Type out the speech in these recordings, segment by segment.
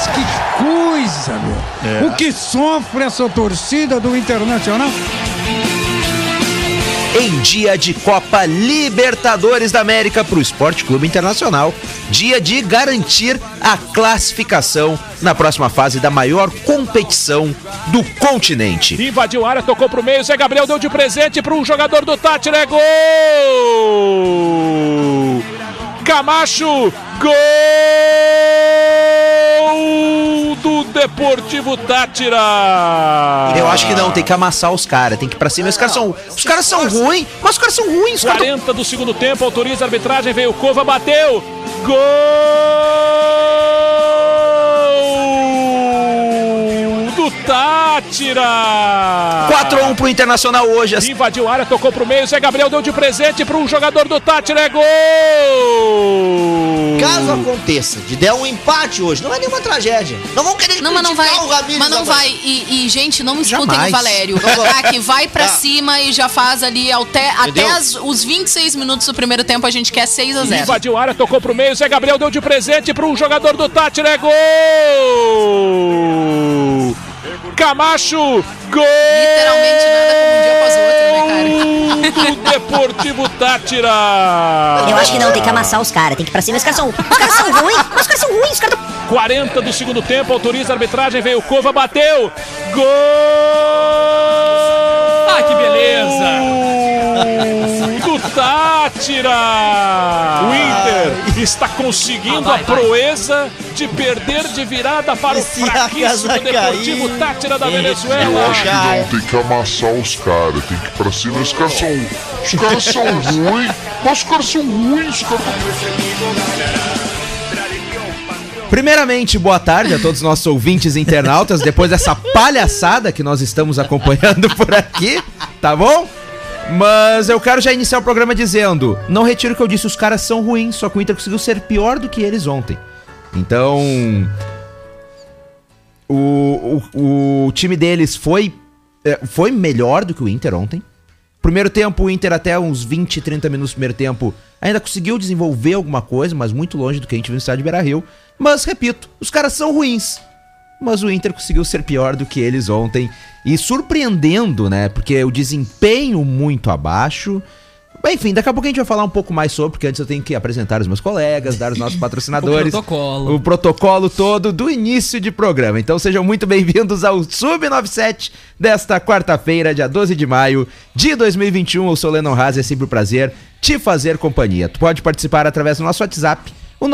que coisa, meu. O que sofre essa torcida do Internacional? Em dia de Copa Libertadores da América para o Esporte Clube Internacional, dia de garantir a classificação na próxima fase da maior competição do continente. Invadiu a área, tocou pro meio, Zé Gabriel deu de presente para um jogador do Tátira, é gol! Camacho, gol do Deportivo Tátira. Eu acho que não, tem que amassar os caras, tem que ir pra cima. Os caras são ruins, mas os caras são ruins. 40 do segundo tempo, autoriza a arbitragem, veio o Cova, bateu, gol do Tátira. 4-1 pro Internacional hoje. Invadiu a área, tocou pro meio, Zé Gabriel deu de presente para um jogador do Tátira, é gol! Caso aconteça de der um empate hoje, não é nenhuma tragédia. Não vão querer Não, mas não vai. o Ramires. Mas não vai. E, gente, não escutem Jamais. o Valério. O ataque vai pra cima e já faz ali até os 26 minutos do primeiro tempo. A gente quer 6-0. Invadiu a área, tocou pro meio, Zé Gabriel deu de presente para um jogador do Tátira, é gol! Camacho, gol! Literalmente nada como um dia após o outro, né, cara? Do Deportivo Tátira. Eu acho que não, tem que amassar os caras, tem que ir pra cima. Os caras são ruins, mas os caras são ruins, os caras tão... 40 do segundo tempo, autoriza a arbitragem, veio o Cova, bateu, gol! Ah, que beleza! Do Tátira. O Inter está conseguindo a proeza de perder de virada para o fraquíssimo Deportivo Tátira da Venezuela. Eu acho que não, tem que amassar os caras, tem que ir pra cima. Os caras são ruins, mas os caras são ruins, Primeiramente, boa tarde a todos os nossos ouvintes internautas, depois dessa palhaçada que nós estamos acompanhando por aqui, tá bom? Mas eu quero já iniciar o programa dizendo, não retiro o que eu disse, os caras são ruins, só que o Inter conseguiu ser pior do que eles ontem. Então, o time deles foi melhor do que o Inter ontem. Primeiro tempo, o Inter até uns 20, 30 minutos do primeiro tempo ainda conseguiu desenvolver alguma coisa, mas muito longe do que a gente viu no estádio de Beira-Rio. Mas, repito, os caras são ruins, mas o Inter conseguiu ser pior do que eles ontem. E surpreendendo, né, porque o desempenho muito abaixo. Enfim, daqui a pouco a gente vai falar um pouco mais sobre, porque antes eu tenho que apresentar os meus colegas, dar os nossos patrocinadores. O protocolo todo do início de programa. Então sejam muito bem-vindos ao Sub-97 desta quarta-feira, dia 12 de maio de 2021. Eu sou o Lennon Haas e é sempre um prazer te fazer companhia. Tu pode participar através do nosso WhatsApp, o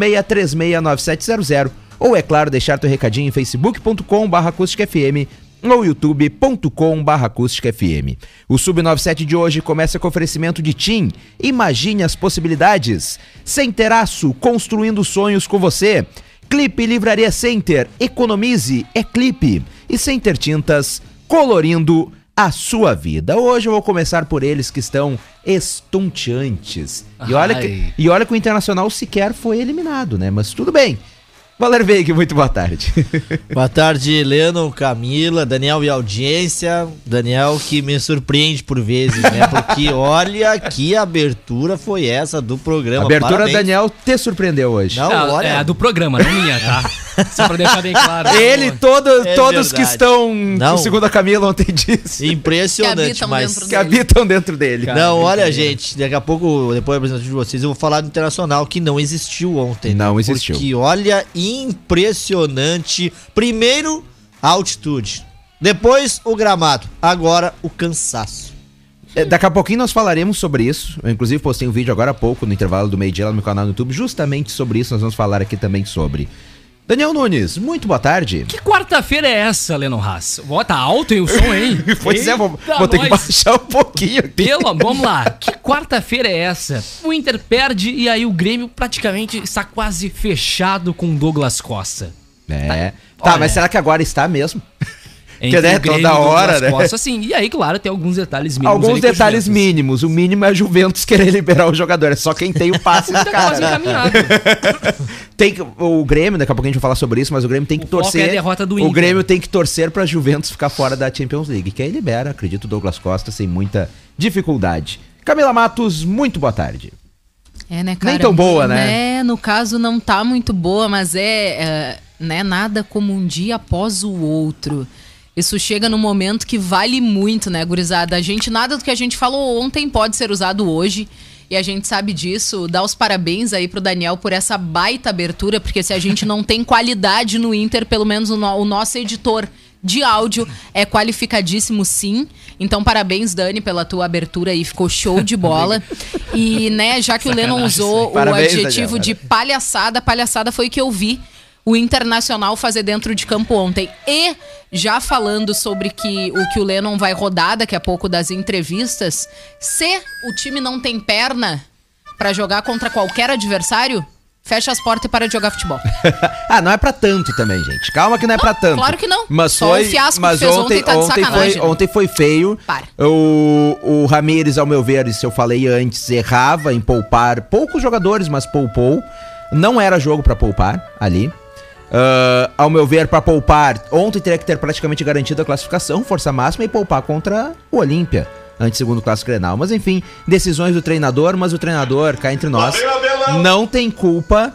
986-369700, ou, é claro, deixar teu recadinho em facebook.com/acústicafm ou youtube.com/acústicafm. O Sub-97 de hoje começa com oferecimento de TIM. Imagine as possibilidades. Centeraço, construindo sonhos com você. Clipe Livraria Center, economize, é Clipe. E Center Tintas, colorindo a sua vida. Hoje eu vou começar por eles que estão estonteantes. E olha que o Internacional sequer foi eliminado, né? Mas tudo bem. Valério Veig, muito boa tarde. Boa tarde, Lennon, Camila, Daniel e audiência. Daniel que me surpreende por vezes, né? Porque olha que abertura foi essa do programa. A abertura, parabéns. Daniel te surpreendeu hoje. Não, olha. É a do programa, não minha, tá? Só pra deixar bem claro. Ele, todos que estão, Não. segundo a Camila ontem disse, Impressionante, mas que habitam dentro dele. não, olha, gente, daqui a pouco, depois da apresentação de vocês, eu vou falar do Internacional que não existiu ontem. Não né? existiu. Porque, olha, impressionante. Primeiro, a altitude. Depois, o gramado. Agora, o cansaço. Daqui a pouquinho nós falaremos sobre isso. Eu, inclusive, postei um vídeo agora há pouco, no intervalo do meio-dia lá no meu canal no YouTube, justamente sobre isso. Nós vamos falar aqui também sobre. Daniel Nunes, muito boa tarde. Que quarta-feira é essa, Lennon Haas? Tá alto aí o som, hein? Pois é, vou ter que baixar um pouquinho aqui. Vamos lá. Que quarta-feira é essa? O Inter perde e aí o Grêmio praticamente está quase fechado com Douglas Costa. Tá, mas será que agora está mesmo? Entre né, o Grêmio toda e o hora, Douglas né? Costa, sim. E aí, claro, tem alguns detalhes mínimos. Alguns ali com detalhes Juventus. mínimos. O mínimo é a Juventus querer liberar o jogador. É só quem tem o passe do Tá quase cara. encaminhado. O Grêmio, daqui a pouco a gente vai falar sobre isso, mas o Grêmio tem que O foco torcer. é a derrota do O Inter. Grêmio tem que torcer pra Juventus ficar fora da Champions League, que aí libera, acredito, o Douglas Costa sem muita dificuldade. Camila Matos, muito boa tarde. É, né, cara? Nem tão boa, né? No caso, não tá muito boa, mas né? Nada como um dia após o outro. Isso chega num momento que vale muito, né, gurizada? Nada do que a gente falou ontem pode ser usado hoje. E a gente sabe disso. Dá os parabéns aí pro Daniel por essa baita abertura, porque se a gente não tem qualidade no Inter, pelo menos o nosso editor de áudio é qualificadíssimo, sim. Então, parabéns, Dani, pela tua abertura aí. Ficou show de bola. E, né, já que o Lennon usou parabéns, o adjetivo Daniel, de palhaçada foi o que eu vi o Internacional fazer dentro de campo ontem. E, já falando sobre o que o Lennon vai rodar daqui a pouco das entrevistas, se o time não tem perna pra jogar contra qualquer adversário, fecha as portas e para de jogar futebol. Não é pra tanto também, gente. Calma que não é pra tanto. Claro que não. Mas só o fiasco que fez ontem tá de sacanagem. Ontem foi feio. Para. O Ramires, ao meu ver, isso eu falei antes, errava em poupar poucos jogadores, mas poupou. Não era jogo pra poupar ali. Ao meu ver, pra poupar, ontem teria que ter praticamente garantido a classificação, força máxima, e poupar contra o Olímpia, antes segundo clássico Grenal. Mas enfim, decisões do treinador, mas o treinador, cá entre nós, não tem culpa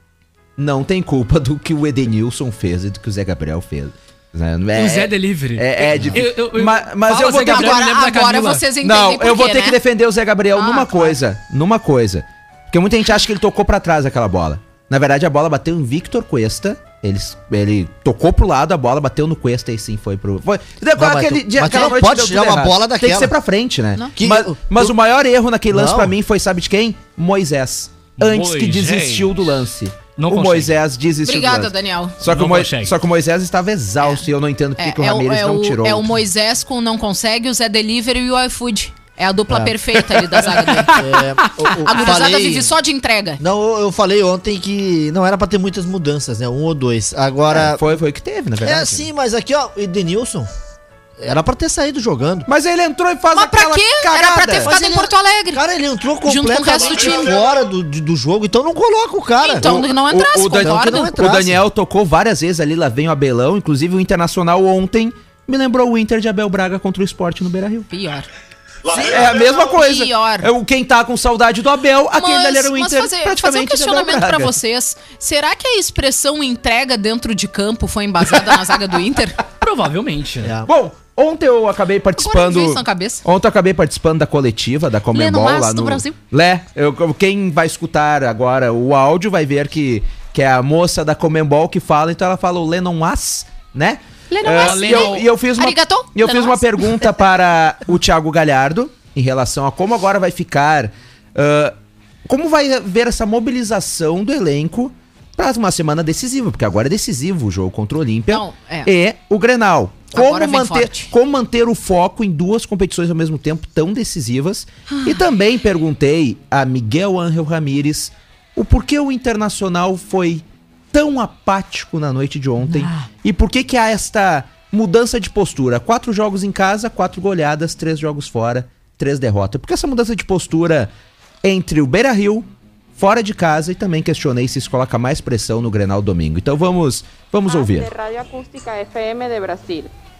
do que o Edenilson fez e do que o Zé Gabriel fez. O Zé Delivery. É difícil. Mas eu vou ter que... Agora vocês entendem Não, eu vou ter que defender o Zé Gabriel numa coisa. Porque muita gente acha que ele tocou pra trás aquela bola. Na verdade, a bola bateu em Victor Cuesta. Ele tocou pro lado, a bola bateu no Cuesta e sim foi pro... Mas não pode tirar uma bola daquela. Tem que ser pra frente, né? Mas o maior erro naquele lance pra mim foi, sabe de quem? Moisés. Antes que desistiu do lance. Moisés desistiu do lance. Obrigada, Daniel. Só que o Moisés estava exausto e eu não entendo porque que o Ramires não tirou. É o Moisés com não consegue, o Zé Delivery e o iFood. É a dupla perfeita ali da zaga dele. A gurizada vive só de entrega. Não, eu falei ontem que não era pra ter muitas mudanças, né? 1 ou 2. Agora... Foi o que teve, na verdade. Sim, mas aqui, ó, o Edenilson era pra ter saído jogando. Mas ele entrou e faz aquela cagada. Era pra ter ficado em Porto Alegre. Cara, ele entrou completamente fora do jogo, então não coloca o cara. Então não entrasse, o Daniel tocou várias vezes ali, lá vem o Abelão. Inclusive o Internacional ontem me lembrou o Inter de Abel Braga contra o Sport no Beira-Rio. Pior. É a mesma coisa. Quem tá com saudade do Abel, aquele dali era o Inter praticamente. Fazer um questionamento pra vocês. Será que a expressão entrega dentro de campo foi embasada na zaga do Inter? Provavelmente. Bom, ontem eu acabei participando. Ontem eu acabei participando da coletiva da Comembol lá no Brasil. Quem vai escutar agora o áudio vai ver que é a moça da Comembol que fala, então ela fala o Lennon As, né? E eu fiz uma pergunta para o Thiago Galhardo em relação a como agora vai ficar, como vai ver essa mobilização do elenco para uma semana decisiva, porque agora é decisivo o jogo contra o Olímpia e o Grenal. Como manter o foco em duas competições ao mesmo tempo tão decisivas. E também perguntei a Miguel Ángel Ramírez o porquê o Internacional foi tão apático na noite de ontem e por que há esta mudança de postura. 4 jogos em casa, 4 goleadas, 3 jogos fora, 3 derrotas. Por que essa mudança de postura entre o Beira-Rio, fora de casa, e também questionei se isso coloca mais pressão no Grenal domingo. Então vamos ouvir. Rádio Acústica FM de Brasil.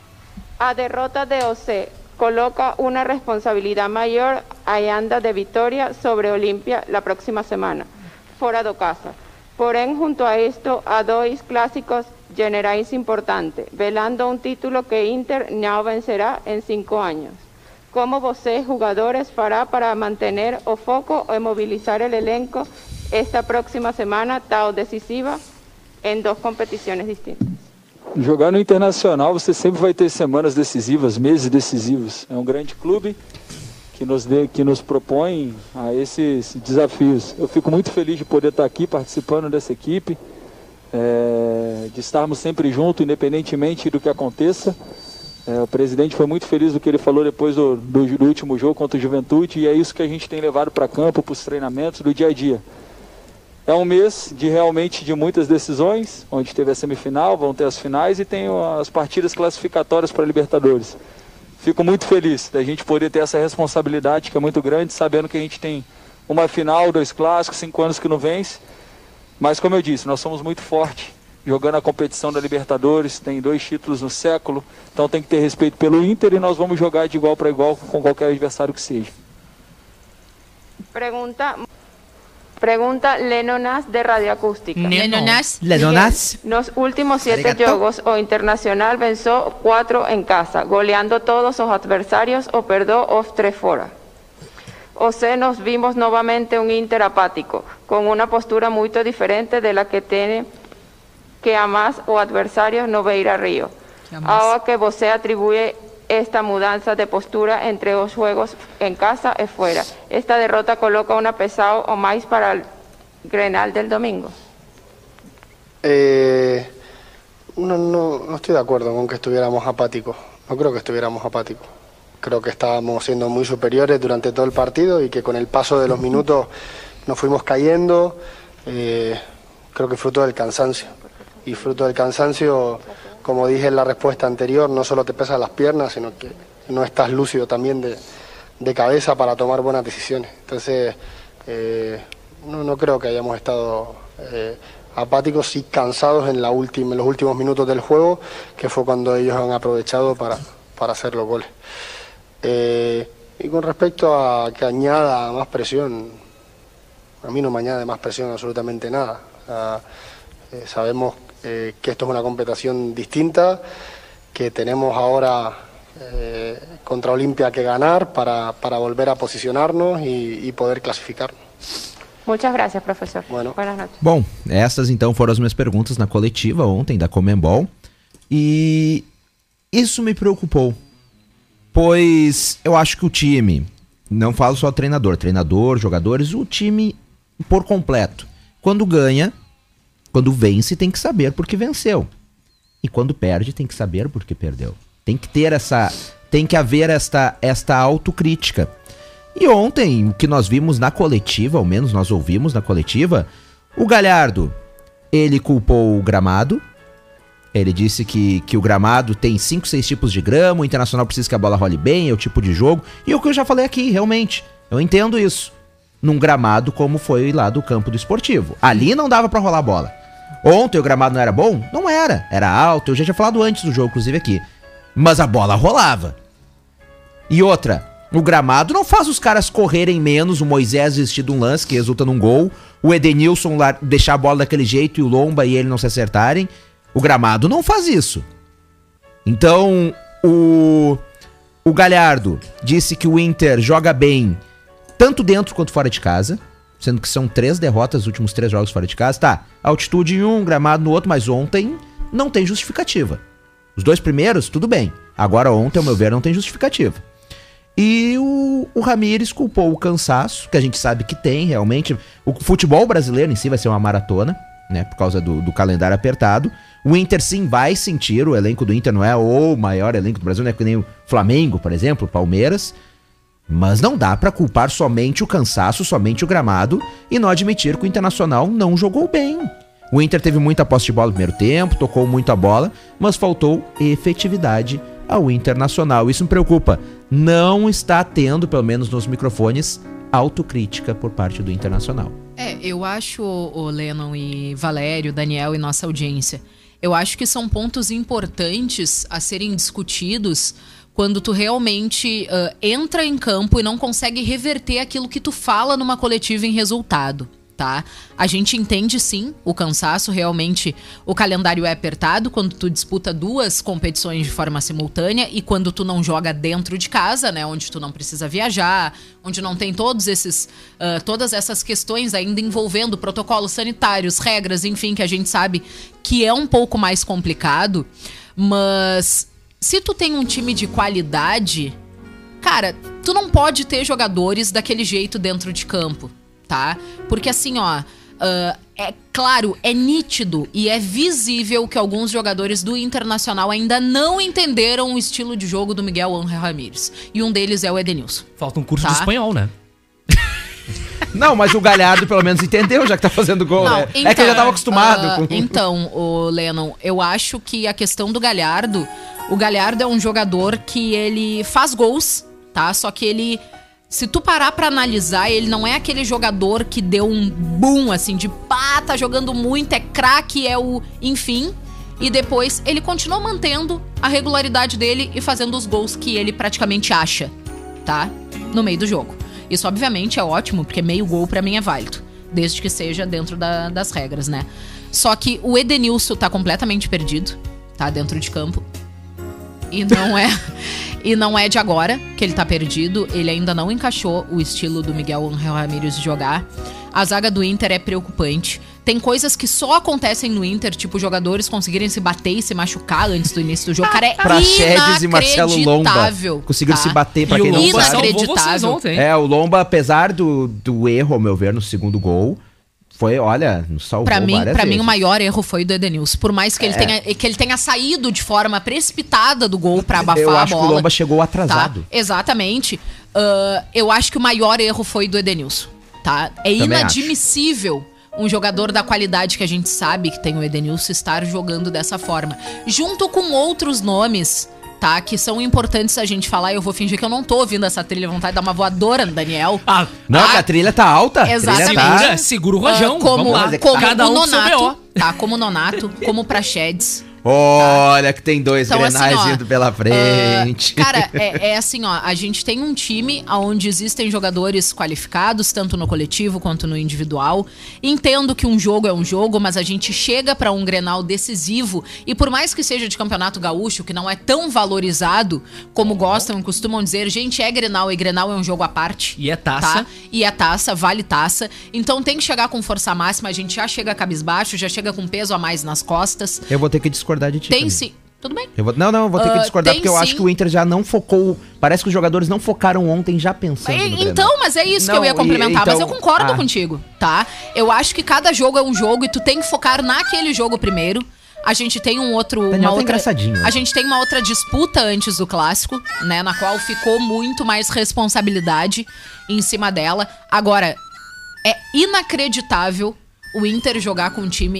A derrota de OC coloca uma responsabilidade maior ainda de vitória sobre Olímpia na próxima semana, fora do casa. Porém, junto a esto, há 2 clássicos generais importantes, velando um título que Inter não vencerá em 5 anos. Como vocês, jogadores, fará para manter o foco e mobilizar o elenco esta próxima semana tão decisiva em 2 competições distintas? Jogar no Internacional, você sempre vai ter semanas decisivas, meses decisivos. É um grande clube que nos propõe a esses desafios. Eu fico muito feliz de poder estar aqui participando dessa equipe, de estarmos sempre juntos, independentemente do que aconteça. O presidente foi muito feliz do que ele falou depois do último jogo contra o Juventude, e é isso que a gente tem levado para campo, para os treinamentos do dia a dia. É um mês de muitas decisões, onde teve a semifinal, vão ter as finais e tem as partidas classificatórias para a Libertadores. Fico muito feliz da gente poder ter essa responsabilidade, que é muito grande, sabendo que a gente tem uma final, 2 clássicos, 5 anos que não vence. Mas, como eu disse, nós somos muito fortes, jogando a competição da Libertadores, tem 2 títulos no século, então tem que ter respeito pelo Inter e nós vamos jogar de igual para igual com qualquer adversário que seja. Pregunta Lenonas de Radioacústica. Lenonas. Nos últimos 7 Arigato. jogos, o Internacional venció 4 en casa, goleando todos los adversarios o perdió os 3 fora. O sea, nos vimos novamente un Inter apático, con una postura muy diferente de la que tiene que a más o adversarios no ver a Río. Ahora que você atribuye esta mudanza de postura entre los juegos en casa y fuera, esta derrota coloca una pesado o más para el Grenal del domingo. No estoy de acuerdo con que estuviéramos apáticos. No creo que estuviéramos apáticos. Creo que estábamos siendo muy superiores durante todo el partido y que con el paso de los minutos nos fuimos cayendo. Creo que fruto del cansancio. Y fruto del cansancio, como dije en la respuesta anterior, no solo te pesan las piernas, sino que no estás lúcido también de cabeza para tomar buenas decisiones. Entonces, no creo que hayamos estado apáticos y cansados en los últimos minutos del juego, que fue cuando ellos han aprovechado para hacer los goles. Y con respecto a que añada más presión, a mí no me añade más presión absolutamente nada. Sabemos que esto es una competición distinta, que tenemos ahora contra Olimpia que ganar para volver a posicionarnos e poder classificarnos. Muchas gracias, professor. Bueno. Buenas noches. Bom, essas então foram as minhas perguntas na coletiva ontem da Conmebol. E isso me preocupou, pois eu acho que o time, não falo só treinador, jogadores, o time por completo, quando ganha, quando vence, tem que saber por que venceu. E quando perde, tem que saber por que perdeu. Tem que haver esta autocrítica. E ontem, o que nós vimos na coletiva, ao menos nós ouvimos na coletiva, o Galhardo, ele culpou o gramado. Ele disse que o gramado tem 5, 6 tipos de grama, o Internacional precisa que a bola role bem, é o tipo de jogo. E o que eu já falei aqui, realmente, eu entendo isso. Num gramado como foi lá do campo do Esportivo. Ali não dava pra rolar a bola. Ontem o gramado não era bom? Não era. Era alto, eu já tinha falado antes do jogo, inclusive aqui. Mas a bola rolava. E outra, o gramado não faz os caras correrem menos, o Moisés desistir de um lance que resulta num gol, o Edenilson deixar a bola daquele jeito e o Lomba e ele não se acertarem. O gramado não faz isso. Então, o Galhardo disse que o Inter joga bem tanto dentro quanto fora de casa, sendo que são 3 derrotas nos últimos 3 jogos fora de casa. Tá, altitude em um, gramado no outro, mas ontem não tem justificativa. Os 2 primeiros, tudo bem. Agora ontem, ao meu ver, não tem justificativa. E o Ramires culpou o cansaço, que a gente sabe que tem realmente. O futebol brasileiro em si vai ser uma maratona, né, por causa do calendário apertado. O Inter sim vai sentir, o elenco do Inter não é o maior elenco do Brasil, não é que nem o Flamengo, por exemplo, o Palmeiras. Mas não dá pra culpar somente o cansaço, somente o gramado e não admitir que o Internacional não jogou bem. O Inter teve muita posse de bola no primeiro tempo, tocou muito a bola, mas faltou efetividade ao Internacional. Isso me preocupa. Não está tendo, pelo menos nos microfones, autocrítica por parte do Internacional. Eu acho, o Lennon e Valério, Daniel e nossa audiência, eu acho que são pontos importantes a serem discutidos quando tu realmente entra em campo e não consegue reverter aquilo que tu fala numa coletiva em resultado, tá? A gente entende sim o cansaço, realmente o calendário é apertado quando tu disputa 2 competições de forma simultânea e quando tu não joga dentro de casa, né? Onde tu não precisa viajar, onde não tem todas essas questões ainda envolvendo protocolos sanitários, regras, enfim, que a gente sabe que é um pouco mais complicado, mas se tu tem um time de qualidade, cara, tu não pode ter jogadores daquele jeito dentro de campo, tá? Porque assim, ó, é claro, é nítido e é visível que alguns jogadores do Internacional ainda não entenderam o estilo de jogo do Miguel Ángel Ramírez. E um deles é o Edenilson. Falta um curso de espanhol, né? Não, mas o Galhardo pelo menos entendeu, já que tá fazendo gol, né? Então, é que ele já tava acostumado com... Então, o Lennon, eu acho que a questão do Galhardo... O Galhardo é um jogador que ele faz gols, tá? Só que ele... Se tu parar pra analisar, ele não é aquele jogador que deu um boom, assim, de pá, tá jogando muito, é craque, é o... Enfim. E depois ele continua mantendo a regularidade dele e fazendo os gols que ele praticamente acha, tá? No meio do jogo. Isso, obviamente, é ótimo, porque meio gol pra mim é válido. desde que seja dentro das regras, né? Só que o Edenilson tá completamente perdido, tá dentro de campo. E não é de agora que ele tá perdido. Ele ainda não encaixou o estilo do Miguel Ángel Ramírez de jogar. A zaga do Inter é preocupante. Tem coisas que só acontecem no Inter, tipo jogadores conseguirem se bater e se machucar antes do início do jogo. Cara, é Praxedes e Marcelo Lomba conseguiram se bater, pra quem não sabe. Inacreditável. O Lomba, apesar do erro, ao meu ver, no segundo gol, foi, olha, nos salvou pra mim, o maior erro foi do Edenilson. Por mais que ele tenha saído de forma precipitada do gol pra abafar a bola. Eu acho que o Lomba chegou atrasado. Tá? Exatamente. Eu acho que o maior erro foi do Edenilson. Tá? É inadmissível um jogador da qualidade que a gente sabe que tem o Edenilson estar jogando dessa forma. Junto com outros nomes, tá? Que são importantes a gente falar. Eu vou fingir que eu não tô ouvindo essa trilha. Vontade de dar uma voadora no Daniel. Não, que a trilha tá alta. Exatamente. Segura o rojão. Como cada o Nonato, tá? Como o Nonato, como o Praxedes. Olha que tem dois então, Grenais indo pela frente. Cara, é assim, ó. A gente tem um time onde existem jogadores qualificados, tanto no coletivo quanto no individual. Entendo que um jogo é um jogo, mas a gente chega pra um Grenal decisivo. E por mais que seja de campeonato gaúcho, que não é tão valorizado como gostam e costumam dizer, gente, é Grenal e Grenal é um jogo à parte. E é taça. Tá? E é taça, vale taça. Então tem que chegar com força máxima. A gente já chega cabisbaixo, já chega com peso a mais nas costas. Eu vou ter que discordar de ti. Tem sim. Tudo bem? Eu vou ter que discordar porque eu acho que o Inter já não focou. Parece que os jogadores não focaram ontem já pensando no Então, mas é isso que eu ia complementar. Mas eu concordo contigo, tá? Eu acho que cada jogo é um jogo e tu tem que focar naquele jogo primeiro. A gente tem a gente tem uma outra disputa antes do clássico, né? Na qual ficou muito mais responsabilidade em cima dela. Agora, é inacreditável o Inter jogar com um time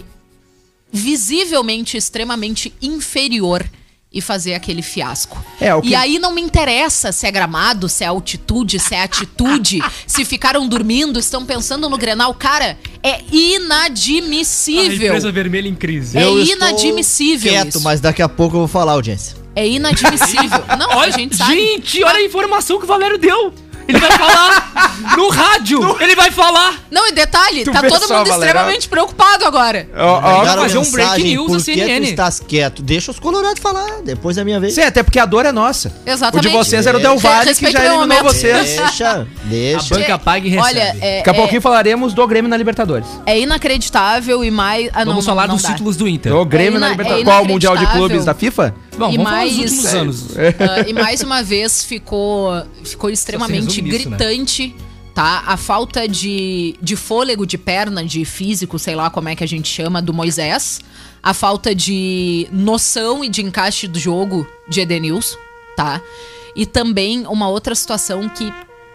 visivelmente extremamente inferior e fazer aquele fiasco. E aí não me interessa se é gramado, se é altitude, se é atitude, se ficaram dormindo, estão pensando no Grenal. Cara, é inadmissível. A empresa vermelha em crise. É inadmissível quieto, isso. Mas daqui a pouco eu vou falar, audiência. É inadmissível. Não, olha, a gente sabe. Gente, olha a informação que o Valério deu. Ele vai falar no rádio. Ele vai falar. Não, e detalhe, tá todo mundo extremamente preocupado agora. Vai fazer um break news da CNN. Por que tu estás quieto? Deixa os colorados falar, depois é minha vez. Sim, até porque a dor é nossa. Exatamente. O de vocês era o Del Valle, que já eliminou vocês. Deixa. A banca paga e recebe. Olha, daqui a pouquinho falaremos do Grêmio na Libertadores. É inacreditável e mais... Vamos falar dos títulos do Inter. O Grêmio na Libertadores. Qual o Mundial de Clubes da FIFA? Bom, vamos falar dos últimos anos. E mais uma vez ficou extremamente gritante, né? Tá? A falta de fôlego, de perna, de físico, sei lá como é que a gente chama, do Moisés. A falta de noção e de encaixe do jogo de Edenilson, tá? E também uma outra situação que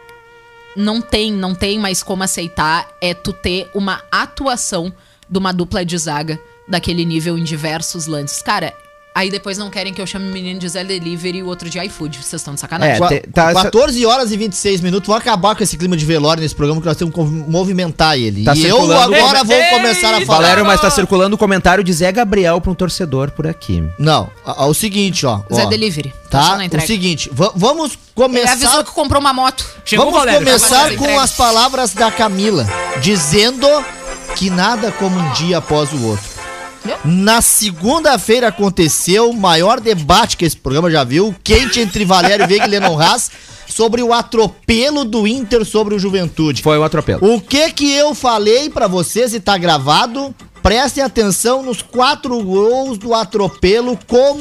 não tem mais como aceitar é tu ter uma atuação de uma dupla de zaga daquele nível em diversos lances. Cara, aí depois não querem que eu chame o menino de Zé Delivery e o outro de iFood. Vocês estão de sacanagem. 14 horas e 26 minutos. Vamos acabar com esse clima de velório nesse programa que nós temos que movimentar ele. Tá e eu agora vou começar a falar. Valério, mas tá circulando um comentário de Zé Gabriel pra um torcedor por aqui. Não, o seguinte, ó. Zé Delivery. Tá? O seguinte, vamos começar... Ele avisou que comprou uma moto. Vamos começar com as palavras da Camila, dizendo que nada como um dia após o outro. Na segunda-feira aconteceu o maior debate que esse programa já viu, quente entre Valério Veiga e Lennon Haas, sobre o atropelo do Inter sobre o Juventude. Foi um atropelo. O que eu falei pra vocês e tá gravado? Prestem atenção nos 4 gols do atropelo,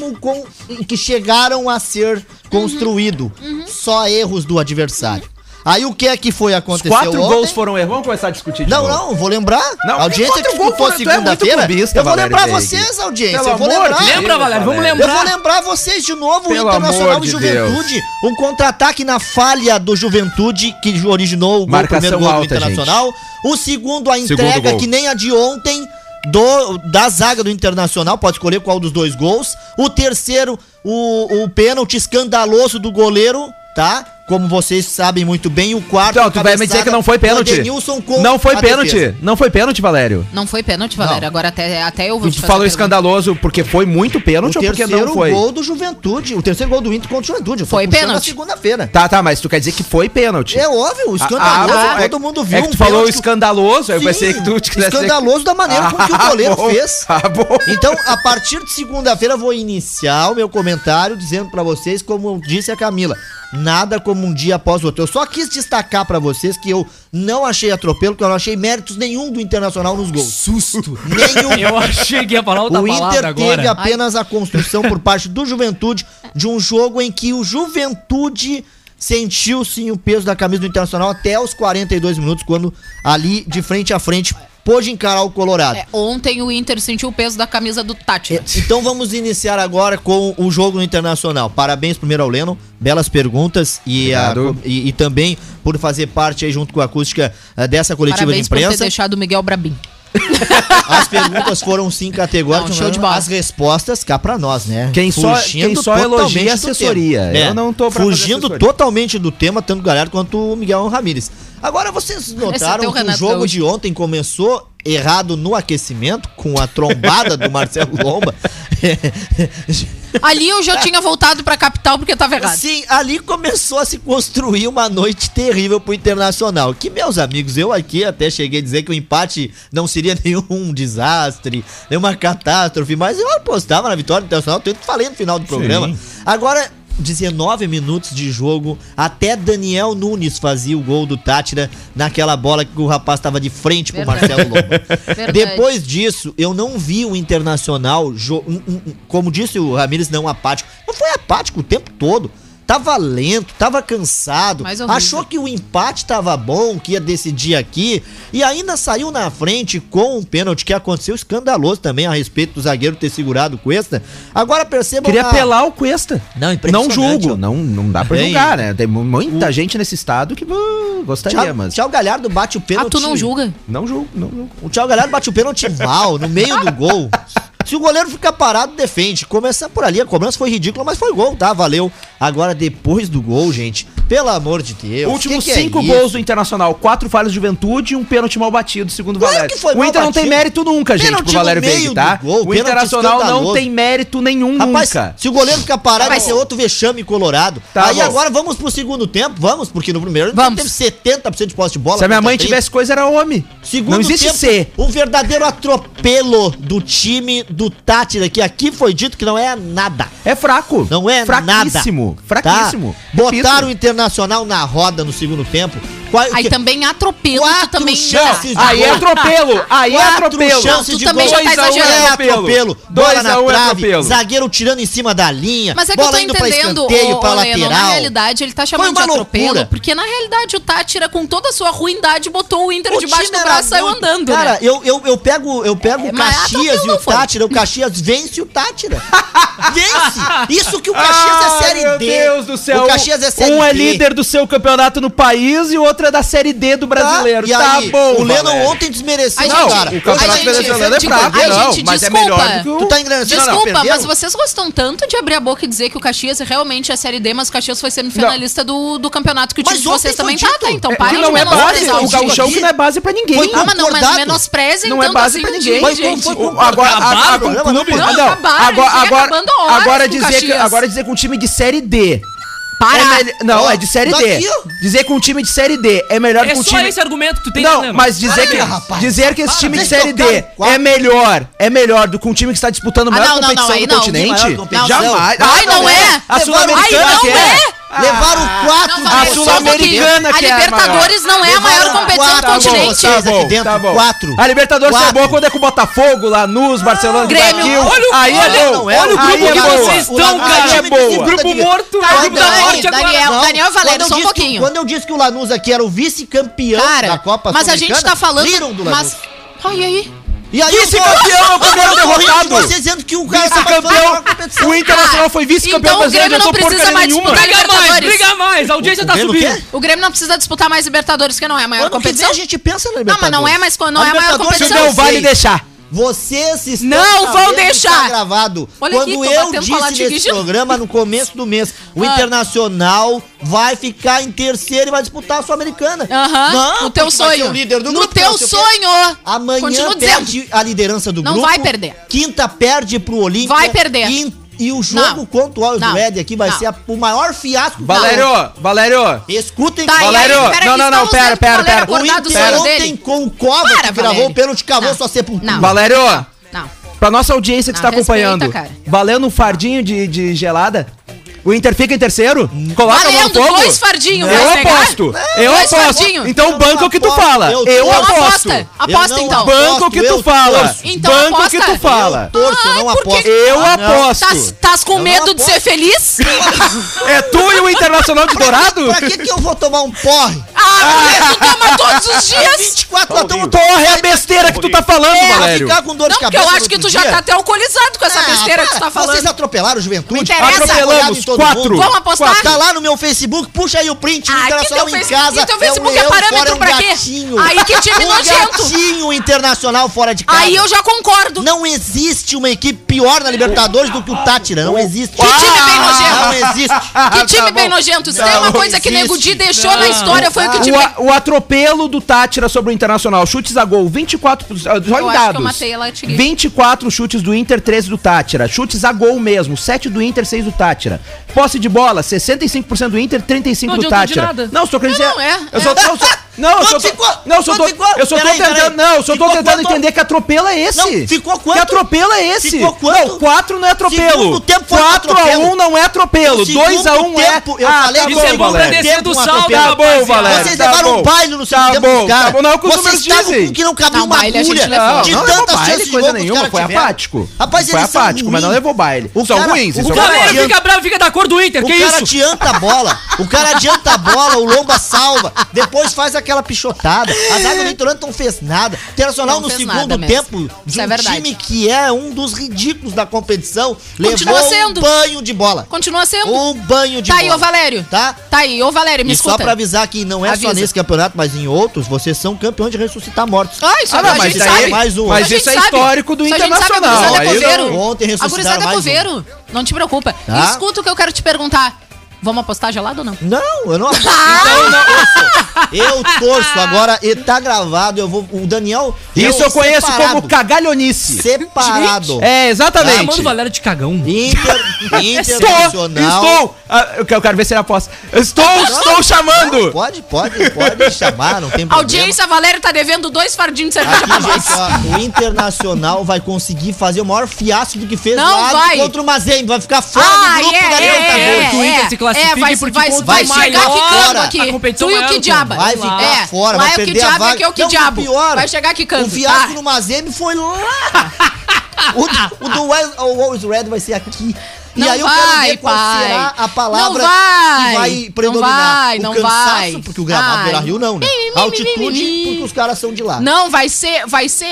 que chegaram a ser construído. Só erros do adversário. Aí o que é que foi acontecer ontem? Os 4 ontem? gols foram erros. Vamos começar a discutir de novo. Não, vou lembrar. Não, a audiência que escutou segunda-feira. Eu vou lembrar vocês, audiência. Eu vou lembrar. Lembra, Valério? Vamos lembrar. Eu vou lembrar vocês de novo. O Internacional e Juventude. Um contra-ataque na falha do Juventude, que originou o primeiro gol do Internacional. Gente. O segundo, a entrega, que nem a de ontem, da zaga do Internacional. Pode escolher qual dos 2 gols. O terceiro, o pênalti escandaloso do goleiro, tá? como vocês sabem muito bem, o quarto... Não, tu vai me dizer que não foi pênalti. Não foi pênalti. Não foi pênalti, Valério. Não foi pênalti, Valério. Agora até eu vou te Tu falou escandaloso porque foi muito pênalti ou porque não foi? O terceiro gol do Juventude. O terceiro gol do Inter contra o Juventude. Foi pênalti. Na segunda-feira. Tá, mas tu quer dizer que foi pênalti. É óbvio, escandaloso. Todo mundo viu. É que tu falou escandaloso, aí eu pensei que tu quisesse... Escandaloso da maneira como que o goleiro fez. Bom. Então, a partir de segunda-feira, eu vou iniciar o meu comentário dizendo pra vocês, como disse a Camila, nada como um dia após o outro. Eu só quis destacar pra vocês que eu não achei atropelo, que eu não achei méritos nenhum do Internacional nos gols. Susto. Nenhum. Eu achei que ia falar outra palavra agora. O Inter teve apenas a construção por parte do Juventude de um jogo em que o Juventude sentiu sim o peso da camisa do Internacional até os 42 minutos, quando ali de frente a frente pôde encarar o Colorado. Ontem o Inter sentiu o peso da camisa do Tátira. Então vamos iniciar agora com o jogo no Internacional. Parabéns primeiro ao Leno, belas perguntas e também por fazer parte aí junto com a acústica dessa coletiva de imprensa. Parabéns por ter deixado o Miguel Brabim. As perguntas foram sim categóricas, show de bola. As respostas cá pra nós, né? Quem só elogia a assessoria. Eu não tô pra fugindo totalmente do tema, tanto o Galhardo quanto o Miguel Ramírez. Agora, vocês notaram que o jogo de ontem começou errado no aquecimento, com a trombada do Marcelo Lomba. Ali eu já tinha voltado pra capital porque tava errado. Sim, ali começou a se construir uma noite terrível pro Internacional. Que, meus amigos, eu aqui até cheguei a dizer que o empate não seria nenhum desastre, nenhuma catástrofe, mas eu apostava na vitória do Internacional, tanto que falei no final do programa. Sim. Agora, 19 minutos de jogo, até Daniel Nunes fazia o gol do Tátira naquela bola que o rapaz estava de frente pro Marcelo Lomba. Depois disso, eu não vi o Internacional, como disse o Ramírez, não apático. Não foi apático o tempo todo. Tava lento, tava cansado, achou que o empate tava bom, que ia decidir aqui, e ainda saiu na frente com um pênalti que aconteceu escandaloso também a respeito do zagueiro ter segurado o Cuesta. Agora percebam... Queria pelar o Cuesta. Não julgo, não dá pra julgar, né? Tem muita gente nesse estado que gostaria, mas... O Thiago Galhardo bate o pênalti... tu não julga? Não julgo. O Thiago Galhardo bate o pênalti mal, no meio do gol. Se o goleiro ficar parado, defende. Começar por ali, a cobrança foi ridícula, mas foi gol, tá? Valeu. Agora, depois do gol, gente, pelo amor de Deus. Últimos 5 gols do Internacional, 4 falhas de Juventude e um pênalti mal batido, segundo o Valério. O Inter não tem mérito nunca, gente, pro Valério Veiga, tá? O Internacional não tem mérito nenhum nunca. Se o goleiro ficar parado, vai ser outro vexame colorado. Tá, aí agora vamos pro segundo tempo, porque no primeiro teve 70% de posse de bola. Se a minha mãe tivesse coisa, era homem. Segundo não existe ser. Um verdadeiro atropelo do time do Tátira, que aqui foi dito que não é nada. É fraco. Não é fraquíssimo, nada. Fraquíssimo. Tá? Botaram o Internacional na roda no segundo tempo. Aí também atropelo, tu também... Aí é atropelo, aí é atropelo. Chances de também gol. Já tá exagerando. É atropelo. Bola na trave, zagueiro tirando em cima da linha. Mas é que eu tô entendendo, pra Leno, na realidade ele tá chamando de atropelo, loucura. porque na realidade o Tátira, com toda a sua ruindade, botou o Inter debaixo do braço e saiu andando, cara, né? eu pego o Caxias e o Tátira, o Caxias vence o Tátira. Vence! Isso que o Caxias é Série D. Meu Deus do céu. O Caxias é Série D. Um é líder do seu campeonato no país e o outro é da Série D do brasileiro. E tá aí, bom, o Lennon ontem desmereceu, cara. O campeonato venezuelano é fraco, não, mas é melhor do que o... Tu tá enganando. Desculpa, mas vocês gostam tanto de abrir a boca e dizer que o Caxias realmente é Série D, mas o Caxias foi semifinalista do campeonato que o time de vocês também tá, então parem de menosprezar. O gauchão que não é base pra ninguém. Não, mas não menosprezem não é base pra ninguém. Agora dizer que um time de Série D... Não, é de Série D. Dizer que um time de Série D é melhor que um time... É só esse argumento que tu tem, não, mas dizer que esse time de Série D é melhor do que um time que está disputando a maior competição do continente? Jamais. Ai, não é? A Sul-Americana quer. Levaram 4 a Sul-Americana que a Libertadores não é a maior competição do continente. Tá bom. A Libertadores é boa quando é com o Botafogo, Lanús, Barcelona, Grêmio. Aí é bom. Olha o grupo que vocês estão, cara. É boa. Grupo morto. Daniel e Valério, só um pouquinho. Quando eu disse que o Lanús aqui era o vice-campeão da Copa Sul-Americana, mas a gente tá falando... riram do Lanús. Ai, aí... E aí vice-campeão é o primeiro derrotado. Você dizendo que o cara vice-campeão. O Internacional foi vice-campeão brasileiro. Então o Grêmio não precisa mais disputar Libertadores. Briga mais, a audiência tá subindo. O Grêmio não precisa disputar mais Libertadores, que não é a maior competição. A gente pensa na Libertadores. Não, mas não é a maior competição. Não vale deixar. Vocês estão Não vão sabendo que deixar. Tá gravado. Olha Quando aqui, tô eu batendo disse paladinho nesse de- programa, no começo do mês, o Internacional vai ficar em terceiro e vai disputar a Sul-Americana. Aham, no teu porque vai ser sonho. o líder do No grupo, teu não sei o quê. sonho. Amanhã Continuo perde a liderança do Não grupo. vai perder. Quinta perde pro Olímpia. Vai perder. E o jogo contra o Always Não. Ready aqui vai Não. ser o maior fiasco. Valério. Escutem. Tá, Valério, e aí, pera não, que não, estamos pera, vendo que o Valério pera. acordado O do Inter sono ontem dele. com o Cova, Para, que gravou Valério. o pênalti, cavou Não. sua sepultura. Não. Valério, Não. pra nossa audiência que Não, está acompanhando, respeita, cara. valendo um fardinho de gelada, o Inter fica em terceiro? Coloca a mão no Valendo, fogo? 2 fardinhos, Eu vai pegar? aposto. Eu 2 aposto. fardinhos. Então banca o que tu aposto. fala. Eu Eu torço. aposto. Aposta não então. Banca o que eu tu fala. torço. Então Banca o aposta. que tu fala. Eu torço, eu não Ai, por quê? aposto. Eu aposto. Tás com Eu medo não de aposto. ser feliz? É tu e o Internacional de Dourado? Pra que eu vou tomar um porre? Tu toma todos os dias. 24 nós estamos Porra, é a besteira que tu tá falando, pra Valério. ficar com dor de Não, porque cabeça. eu no acho que outro tu já dia. tá até alcoolizado com essa besteira que tu tá falando. Vocês atropelaram o Juventude. Não interessa. Atropelamos 4. Vamos apostar? Tá lá no meu Facebook, puxa aí o print. O Ah, Internacional que teu em casa. e teu Facebook leão, é parâmetro fora pra quê? gatinho. Aí que time nojento. Gatinho Internacional fora de casa. Aí eu já concordo. Não existe uma equipe pior na Libertadores do que o Tátira. Não existe. Que time bem Não nojento. existe. Que time bem nojento. Se tem uma coisa que Nego Di deixou na história foi o que o time... O atropelo do Tátira sobre o Internacional. Chutes a gol, 24. Só em acho que eu dados. matei ela, tirei. 24 chutes do Inter, 13 do Tátira. Chutes a gol mesmo, 7 do Inter, 6 do Tátira. Posse de bola, 65% do Inter, 35% Não do adiantou de Tátira. nada. Não, estou querendo dizer. Não, é. Eu só tô tentando. Não, eu só tô tentando entender que atropelo é esse. Não, ficou quanto? Que atropelo é esse? Ficou quanto? Não, 4 não é atropelo. Segundo tempo foi 4-1 não é atropelo. 2-1 é. tempo, eu falei tá que bom, o segundo Valério. descer do tempo, saldo, Tá bom, rapaziada. Valério. Vocês tá levaram bom. um baile no segundo Tá tempo, bom, cara. tá bom. Não, é o que os Vocês números estavam dizem. com que não cabia Não, uma baile a gente agulha. levou. De Não levou tantas baile, chances de coisa gol que os nenhuma, caras foi tiveram. apático. Rapaz, Foi eles são apático, mas não ruins. levou baile. O São cara- ruins, o isso é cara- verdade. Galera, fica bravo, fica da cor do Inter, O que cara isso? adianta a bola, o cara adianta a bola, o Lomba salva, depois faz aquela pichotada. A zaga do Inter não fez nada. O Internacional Não no fez segundo nada mesmo. tempo, de Isso é um verdade. time que é um dos ridículos da competição, Continua levou sendo. um banho de bola. Continua sendo. Um banho de Tá bola. aí, ô Valério. Tá? Tá aí, ô Valério, me E escuta. só pra avisar que não é só Avisa. nesse campeonato, mas em outros, vocês são campeões de ressuscitar mortos. Ah, isso Ah, não, a mas gente daí- sabe. mais um. Mas A gente isso é sabe. histórico do Isso a gente sabe, Internacional. a gurizada é Aí coveiro. não- Ontem A ressuscitaram gurizada é mais um. coveiro. Não te preocupa. Tá. Escuta o que eu quero te perguntar. Vamos apostar gelado ou não? Não, eu não aposto. Ah! Então eu torço agora e tá gravado. Eu vou. O Daniel. Isso eu conheço separado. como cagalhonice. Separado. É, exatamente. Chamando o Valério de cagão. Internacional. Estou. Eu quero ver se ele aposta. Estou chamando. Pode chamar, não tem problema. Audiência, Valério tá devendo 2 fardinhos de cerveja pra Aqui, nós. gente, ó, o Internacional vai conseguir fazer o maior fiasco do que fez Não lá vai. contra o Mazembe. Vai ficar fora Ah, do grupo da Libertadores. que o Inter se classifique vai, porque vai, contra vai o chegar maior quicando a aqui. competição Tu e o maior que do diaba. Vai ficar fora, lá vai é o que perder a diaba, vaga. aqui é o que Não, diabo. pior, Vai chegar quicando. O fiasco Tá. no Mazembe foi lá. o do Always Red vai ser aqui. E Não aí eu quero vai, ver qual pai. será a palavra Não vai. que vai Não predominar. vai, o não cansaço, vai. porque o gramado Ai. Beira-Rio não, né? A altitude, porque os caras são de lá. Não, vai ser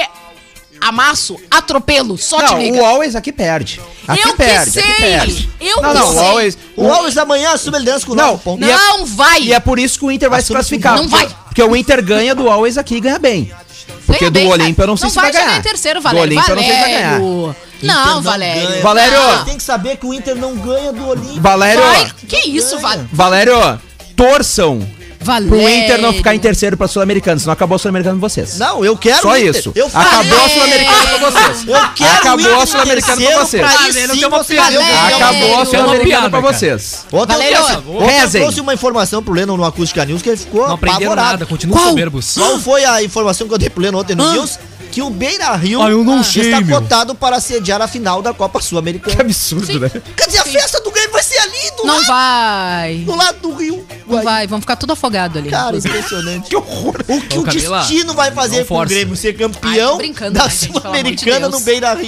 amasso, atropelo, só te Não, liga. o Always aqui perde. Aqui Eu que perde, sei. aqui perde. Eu não, que não, sei. o Always. O Always amanhã assume a liderança com 9 pontos. e é- Não vai. E é por isso que o Inter vai se Assume classificar. não porque- vai. Porque o Inter ganha do Always aqui e ganha bem. Porque Ganha do bem, Olímpia eu não sei não se vai chegar ganhar. em terceiro, Do Valério. Olímpia eu não sei se vai ganhar. Inter Não, Valério. ganha. Valério. Vocês têm que saber que o Inter não ganha do Olímpia. Valério, Vai. Que isso, Valério, torçam Valério. pro Inter não ficar em terceiro pra Sul-Americano, senão acabou a Sul-Americano com vocês. Não, eu quero Só o Inter. isso. Eu Acabou a Valério. Sul-Americana pra vocês. Eu quero Acabou o Inter a Sul-Americana pra terceiro vocês. pra aí Valério, sim tem uma você piada. ver o Valério. Acabou a É uma Sul-Americana piada, pra cara. vocês. Ontem Valério. eu Rezem. trouxe uma informação pro Lennon no Acústica News que ele ficou Não aprenderam apavorado. nada, continuam Qual? soberbos. Qual foi a informação que eu dei pro Lennon ontem no News? Que o Beira-Rio Ah, eu não sei, está meu. cotado para sediar a final da Copa Que Sul-Americana. absurdo, né? Quer dizer, a festa do Grêmio vai ser ali, do Não lado, vai. do lado do Rio. Não vai. Vamos ficar tudo afogado ali. Cara, impressionante. Que horror. O que Ô, o Camila, destino vai fazer não com o força. Grêmio ser Ai, campeão tô brincando, da né, gente? Pelo amor de Sul-Americana Deus. no Beira-Rio.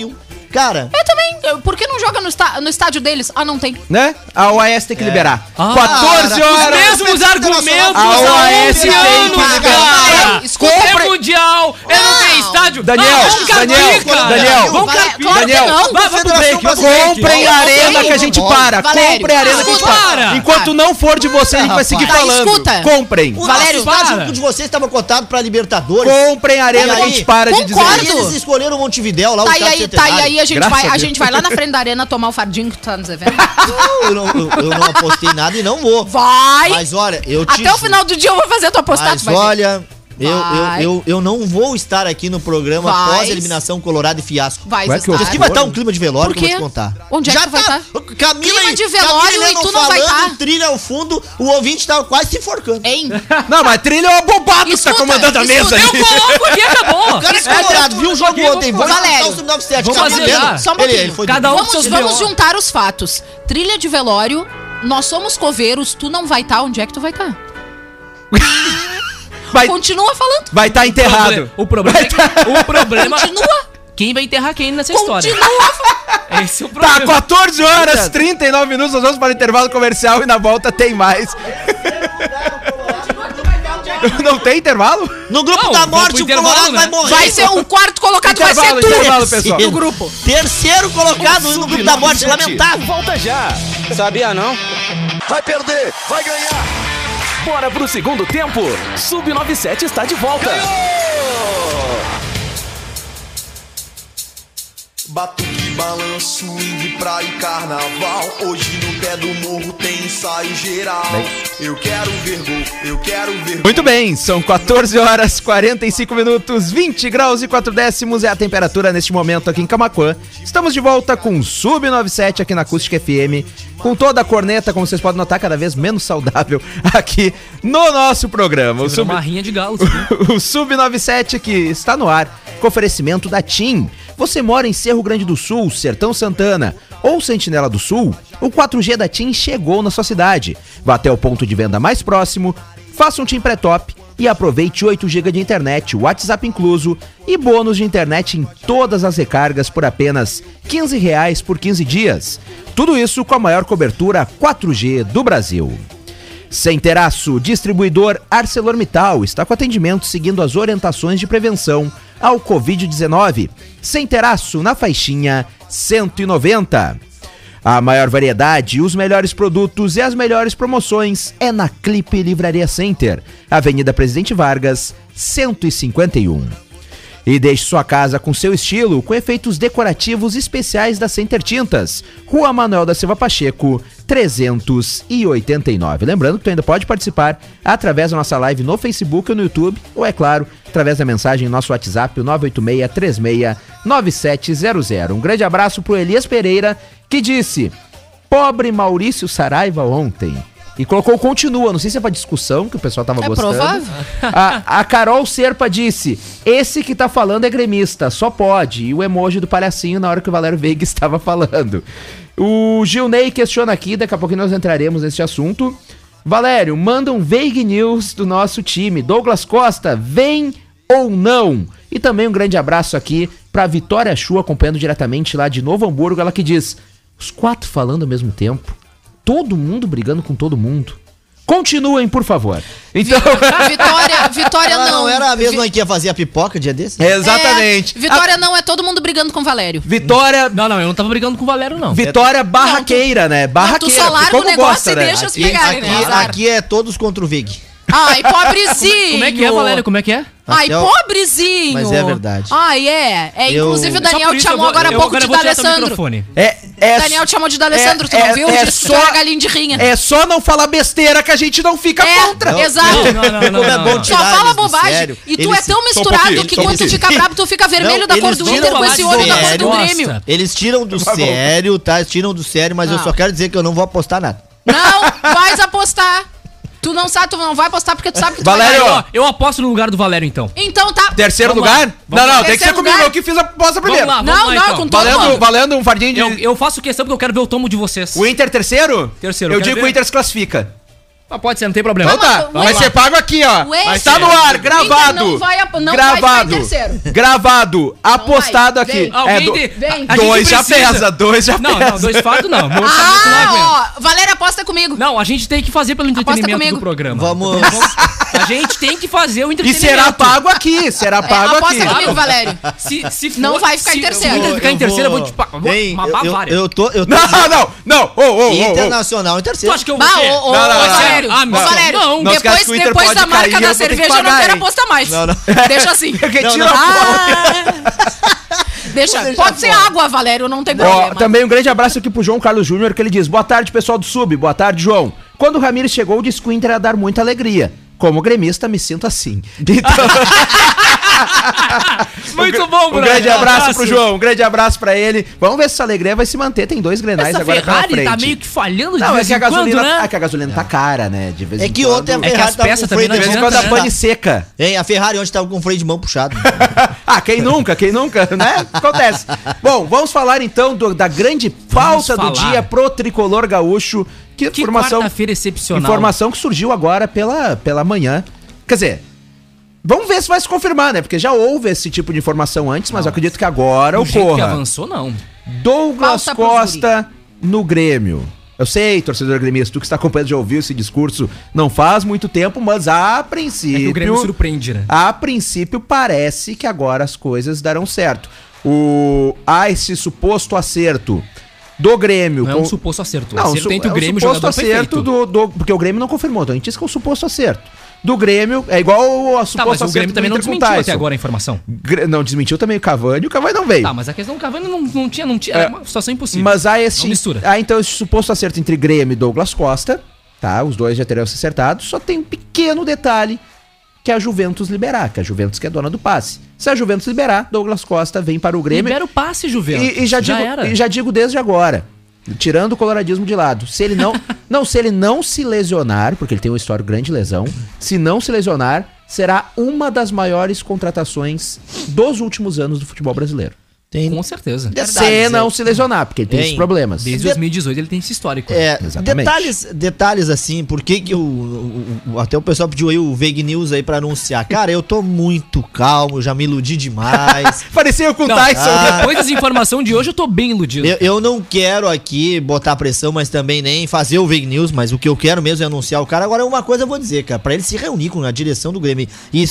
Cara... Eu também. Por que não joga no estádio deles? Ah, não tem. Né? A OAS tem que liberar. 14 horas. Os mesmos argumentos A OAS tem que liberar. Escuta, É mundial, não tem estádio. Daniel, Vamos pro break. comprem a arena que a gente para. Valério, Comprem a arena que a gente para. Enquanto não for de vocês, a gente vai seguir falando. Escuta. Comprem. O Valério, nosso estádio de vocês estava cotado pra Libertadores. Comprem a arena que a gente para de dizer. Concordo. E eles escolheram Montevidéu lá, o Tá, estádio e centenário. aí a gente Graças vai lá na frente da arena tomar o fardinho que tu tá nos eventos. Eu não apostei nada e não vou. Vai! Mas olha, eu te Até o final do dia eu vou fazer a tua postagem. Mas olha, eu não vou estar aqui no programa Vai. após a eliminação Colorado e fiasco. Vai Ué, estar. que Aqui vai estar um clima de velório Por que eu quê? vou te contar. Onde é que tu vai estar? Camila Clima e- de velório Camila e tu não vai falando, estar. Trilha ao fundo, o ouvinte tava quase se enforcando. Hein? Não, mas trilha é uma bobada que tá Escuta, comandando a mesa. escuta, aí. Eu coloco aqui, acabou. O cara é colorado, viu o jogo ontem. Vou Valério. escutar o Sub-97. Vamos Camila fazer mesmo. já. Só um pouquinho. Ele foi Cada um com seus Vamos BO. juntar os fatos. Trilha de velório, nós somos coveiros, tu não vai estar, onde é que tu vai estar? Vai Continua falando. estar enterrado. O problema é que o problema Continua. quem vai enterrar quem nessa história. Continua. Esse é o Tá, problema. 14 horas, 39 minutos, nós vamos para o intervalo comercial e na volta tem mais. Não tem intervalo? No grupo Não, da vamos morte, pro o Colorado intervalo, vai né? morrer. Vai ser o quarto colocado, vai ser tu. Intervalo, pessoal. No grupo. Terceiro colocado no grupo da morte, lamentável. Volta já. Sabia não? Vai perder, vai ganhar. Bora pro segundo tempo. Sub-97 está de volta. Batuque, balanço, swing, praia e carnaval. Hoje no pé do morro tem ensaio geral. Eu quero ver gol, eu quero ver gol. Muito bem, são 14 horas, 45 minutos, 20 graus e 4 décimos é a temperatura neste momento aqui em Camaquã. Estamos de volta com Sub-97 aqui na Acústica FM, com toda a corneta, como vocês podem notar, cada vez menos saudável aqui no nosso programa. Uma rinha de galo. O Sub-97 que está no ar, com oferecimento da TIM. Você mora em Cerro Grande do Sul, Sertão Santana ou Sentinela do Sul? O 4G da TIM chegou na sua cidade. Vá até o ponto de venda mais próximo, faça um TIM pré-top e aproveite 8 GB de internet, WhatsApp incluso e bônus de internet em todas as recargas por apenas R$15 por 15 dias. Tudo isso com a maior cobertura 4G do Brasil. Sem Teraço, distribuidor ArcelorMittal, está com atendimento seguindo as orientações de prevenção ao Covid-19. Sem Teraço, na faixinha 190. A maior variedade, os melhores produtos e as melhores promoções é na Clipe Livraria Center, Avenida Presidente Vargas, 151. E deixe sua casa com seu estilo, com efeitos decorativos especiais da Center Tintas, Rua Manuel da Silva Pacheco, 389. Lembrando que tu ainda pode participar através da nossa live no Facebook ou no YouTube, ou é claro, através da mensagem no nosso WhatsApp, o 986-369700. Um grande abraço pro Elias Pereira, que disse: pobre Maurício Saraiva ontem. E colocou continua, não sei se é pra discussão, que o pessoal tava gostando. Provável. A Carol Serpa disse: esse que tá falando é gremista, só pode. E o emoji do palhacinho na hora que o Valério Veiga estava falando. O Gilney questiona aqui, daqui a pouquinho nós entraremos nesse assunto. Valério, manda um Veig News do nosso time. Douglas Costa, vem ou não? E também um grande abraço aqui pra Vitória Chu, acompanhando diretamente lá de Novo Hamburgo. Ela que diz: os 4 falando ao mesmo tempo. Todo mundo brigando com todo mundo. Continuem, por favor. Então... Vitória não. Não era a mesma que ia fazer a pipoca dia desse? Exatamente. Vitória não, é todo mundo brigando com o Valério. Vitória... Não, eu não tava brigando com o Valério, não. Vitória barraqueira, né? Barraqueira. Tu só larga o negócio e deixa os pegarem, né? Azar. Aqui é todos contra o Vig. Ai, pobrezinho. Como é que é, Valério? Como é que é? Ai, pobrezinho. Mas é verdade. Ai, inclusive o Daniel te chamou agora há pouco de D'Alessandro. Daniel te chamou de D'Alessandro, tu não viu? Disse que tu era galinha de rinha. É só não falar besteira que a gente não fica contra. Exato. Não. Só fala bobagem. E tu é tão misturado que quando tu fica bravo, tu fica vermelho da cor do Inter com esse olho da cor do Grêmio. Eles tiram do sério, tá? Tiram do sério, mas eu só quero dizer que eu não vou apostar nada. Não, vais apostar. Tu não sabe, tu não vai apostar porque tu sabe que tu Valério, vai ganhar. eu aposto no lugar do Valério, então. Então tá. Terceiro Vamos lugar? lá. Não, tem que ser comigo. Eu que fiz a aposta primeiro. Vamos lá, então. Com todo mundo. Valendo um fardinho de... Eu faço questão porque eu quero ver o tomo de vocês. O Inter terceiro? Terceiro. Eu digo que o Inter se classifica. Pode ser, não tem problema. Então tá, vai ser pago aqui, ó. Mas tá no ar, gravado. Não vai gravado. ficar em terceiro. Gravado, apostado aqui. Vem. Dois já pesa, dois já pesa. Não, dois fatos não. Meu orçamento não aguenta. Ó, Valéria, aposta comigo. Não, a gente tem que fazer pelo entretenimento do programa. Vamos. A gente tem que fazer o E entretenimento. será pago aqui, será pago aqui. Aposta comigo, Valério. Se não vai ficar em terceiro. Se ficar em terceiro, eu vou te pagar. Eu tô. Não. Internacional em terceiro. Tu acha que eu vou ser? Valério, Não, depois da marca da cerveja eu não quero apostar mais. Deixa assim. Deixa. Pode ser água, Valério, não tem problema. Também um grande abraço aqui pro João Carlos Júnior, que ele diz: boa tarde, pessoal do Sub. Boa tarde, João. Quando o Ramires chegou, disse que o Inter ia dar muita alegria. Como gremista, me sinto assim. Então... Muito bom, Bruno. Um grande abraço pro João, um grande abraço pra ele. Vamos ver se essa alegria vai se manter. Tem 2 Grenais essa agora pela frente. Ferrari tá meio que falhando de vez vez em quando, né? É que a gasolina tá cara, né? De vez em quando. É que ontem a Ferrari tava com freio de vez em quando a pane seca. Hein, a Ferrari ontem tava com o freio de mão puxado. Quem nunca, né? Acontece. Bom, vamos falar então da grande pauta do dia pro tricolor gaúcho. Que quarta-feira excepcional. Informação que surgiu agora pela manhã. Quer dizer, vamos ver se vai se confirmar, né? Porque já houve esse tipo de informação antes, mas eu acredito que agora ocorra. Que avançou, não. Douglas Costa no Grêmio. Eu sei, torcedor gremista, tu que está acompanhando já ouviu esse discurso não faz muito tempo, mas a princípio... É que o Grêmio surpreende, né? A princípio parece que agora as coisas darão certo. Há esse suposto acerto do Grêmio. Não é um suposto acerto. Não, acerto entre o Grêmio e o suposto acerto porque o Grêmio não confirmou, então a gente disse que é um suposto acerto. Do Grêmio, é igual a suposto mas o Grêmio também não desmentiu até agora a informação. Não, desmentiu também o Cavani, e o Cavani não veio. Tá, mas a questão do Cavani não tinha, era uma situação impossível. Mas há então esse suposto acerto entre Grêmio e Douglas Costa, tá? Os dois já teriam se acertado, só tem um pequeno detalhe, que é a Juventus liberar, que a Juventus que é dona do passe. Se a Juventus liberar, Douglas Costa vem para o Grêmio. Libera o passe, Juventus. E já digo desde agora, tirando o coloradismo de lado, se ele se ele não se lesionar, porque ele tem um histórico grande de lesão, se não se lesionar, será uma das maiores contratações dos últimos anos do futebol brasileiro. Com certeza. Se não se lesionar, porque ele tem esses problemas. Desde 2018 ele tem esse histórico. Detalhes assim, por que até o pessoal pediu aí o Veg News aí pra anunciar. Cara, eu tô muito calmo, já me iludi demais. Parecia com o Tyson. Depois das informações de hoje eu tô bem iludido. Eu não quero aqui botar pressão, mas também nem fazer o Veg News, mas o que eu quero mesmo é anunciar o cara. Agora uma coisa eu vou dizer, cara, pra ele se reunir com a direção do Grêmio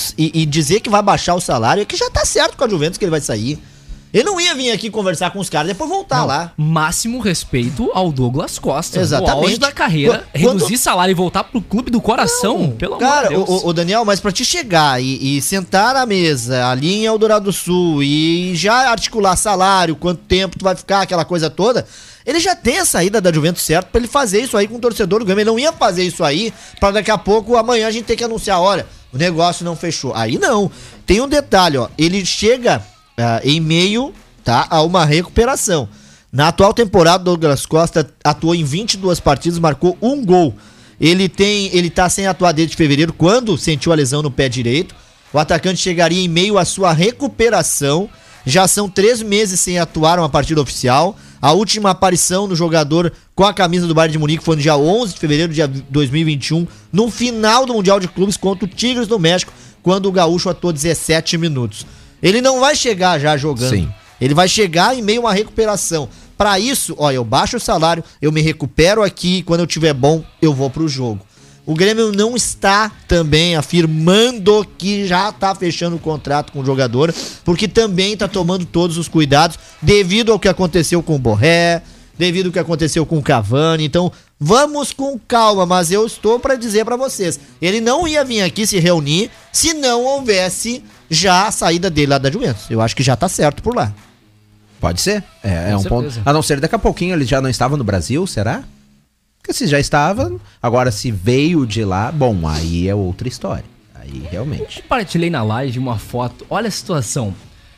e dizer que vai baixar o salário, é que já tá certo com a Juventus que ele vai sair. Ele não ia vir aqui conversar com os caras, depois voltar lá. Máximo respeito ao Douglas Costa. Exatamente. No auge da carreira, reduzir salário e voltar pro clube do coração, pelo amor de Deus. Cara, Daniel, mas pra te chegar e sentar na mesa ali em Eldorado do Sul e já articular salário, quanto tempo tu vai ficar, aquela coisa toda, ele já tem a saída da Juventus certo pra ele fazer isso aí com o torcedor do Grêmio. Ele não ia fazer isso aí pra daqui a pouco, amanhã a gente ter que anunciar, olha, o negócio não fechou. Aí não. Tem um detalhe, ó, ele chega... em meio, tá, a uma recuperação. Na atual temporada, Douglas Costa atuou em 22 partidas, marcou 1 gol. Ele tá sem atuar desde fevereiro, quando sentiu a lesão no pé direito. O atacante chegaria em meio à sua recuperação. Já são 3 meses sem atuar uma partida oficial. A última aparição no jogador com a camisa do Bayern de Munique foi no dia 11 de fevereiro de 2021, no final do Mundial de Clubes contra o Tigres do México, quando o gaúcho atuou 17 minutos. Ele não vai chegar já jogando. Sim. Ele vai chegar em meio a uma recuperação. Pra isso, ó, eu baixo o salário, eu me recupero aqui, quando eu tiver bom, eu vou pro jogo. O Grêmio não está também afirmando que já tá fechando o contrato com o jogador, porque também tá tomando todos os cuidados devido ao que aconteceu com o Borré, devido ao que aconteceu com o Cavani. Então, vamos com calma, mas eu estou pra dizer pra vocês, ele não ia vir aqui se reunir se não houvesse já a saída dele lá da Juventus. Eu acho que já tá certo por lá. Pode ser. É um ponto. A não ser daqui a pouquinho ele já não estava no Brasil, será? Porque se já estava, agora se veio de lá, bom, aí é outra história. Aí realmente. Eu compartilhei na live uma foto, olha a situação.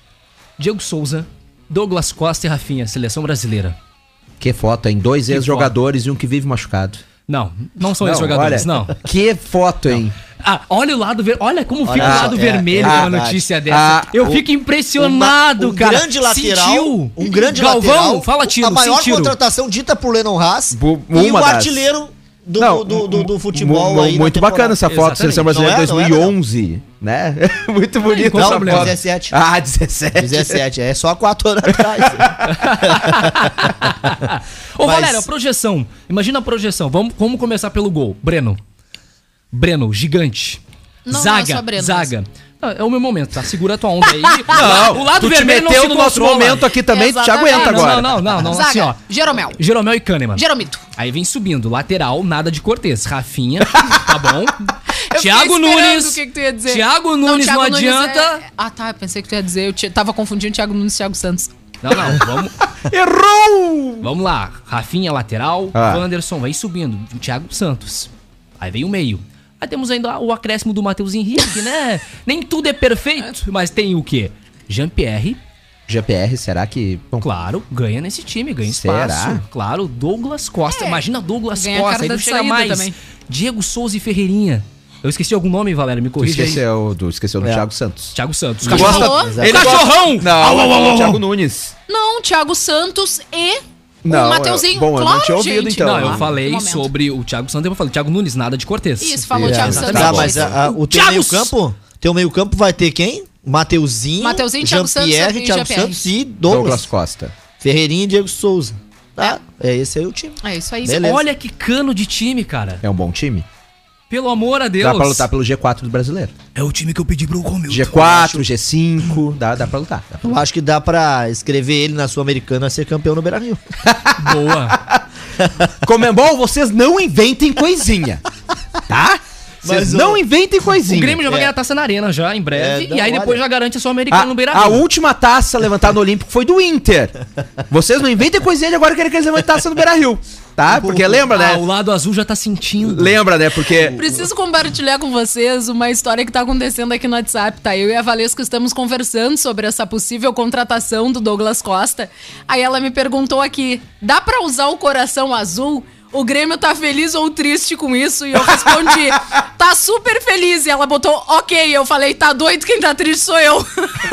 Diego Souza, Douglas Costa e Rafinha, seleção brasileira. Que foto, hein? 2 ex-jogadores e um que vive machucado. Não são ex-jogadores, não. Que foto, hein? Olha o lado olha como fica o lado vermelho com uma notícia dessa. Eu fico impressionado, cara. Grande lateral. Sentiu. Um grande Galvão, lateral. Fala, Tiro. A maior contratação dita por Lennon Haas. E o artilheiro do futebol aí. Muito bacana essa foto, Seleção Brasileira 2011, né? Muito bonita essa foto. 17. Ah, 17. 17, é só 4 anos atrás. Ô, Valério, a projeção. Imagina a projeção. Vamos começar pelo gol. Breno, gigante. Zaga. É o meu momento, tá? Segura a tua onda aí. Não, o lado tu te meteu no nosso momento aqui também, tu te aguenta agora. Não, Zaga, assim, ó. Jeromel e Kahneman. Jeromito. Aí vem subindo, lateral, nada de Cortez. Rafinha, tá bom? Thiago Nunes. O que tu ia dizer? Thiago Nunes não adianta. Ah, tá, eu pensei que tu ia dizer. Eu tava confundindo Thiago Nunes e Thiago Santos. Não, vamos. Errou! Vamos lá. Rafinha, lateral. Wanderson, vai subindo. Thiago Santos. Aí vem o meio. Aí temos ainda o acréscimo do Matheus Henrique, né? Nem tudo é perfeito, mas tem o quê? Jean-Pierre, será que... Bom, claro, ganha nesse time, ganha espaço. Será? Claro, Douglas Costa. Imagina Douglas Costa, aí não chega mais. Também. Diego Souza e Ferreirinha. Eu esqueci algum nome, Valério, me corrija. Esqueceu do Thiago Santos. Thiago Santos. Cachorrão! Não, Thiago Nunes. Não, Thiago Santos e... Não, o Mateuzinho, bom, claro, eu não tinha ouvido, gente. então. Não, eu falei sobre o Thiago Santos, eu falei Thiago Nunes, nada de Cortez. Isso, falou Thiago Santos. Tá, mas o teu meio campo vai ter quem? Mateuzinho, Jean-Pierre, Thiago Santos e Douglas Costa. Ferreirinha e Diego Souza. Tá, esse aí o time. É isso aí. Beleza. Olha que cano de time, cara. É um bom time? Pelo amor a Deus. Dá pra lutar pelo G4 do brasileiro. É o time que eu pedi pro Romildo. G4, G5, dá pra lutar. Eu acho que dá pra escrever ele na Sul-Americana a ser campeão no Beira-Rio. Boa. Comembol, vocês não inventem coisinha, tá? Vocês não inventem coisinha. O Grêmio já vai ganhar a taça na Arena já, em breve. E aí depois já garante a Sul-Americana no Beira-Rio. A última taça levantada no Olímpico foi do Inter. Vocês não inventem coisinha de agora querem que eles levantem taça no Beira-Rio. Tá? Porque lembra, né? O lado azul já tá sentindo. Lembra, né? Porque... Preciso compartilhar com vocês uma história que tá acontecendo aqui no WhatsApp, tá? Eu e a Valesca estamos conversando sobre essa possível contratação do Douglas Costa. Aí ela me perguntou aqui, dá pra usar o coração azul? O Grêmio tá feliz ou triste com isso? E eu respondi, tá super feliz. E ela botou, ok. Eu falei, tá doido, quem tá triste sou eu.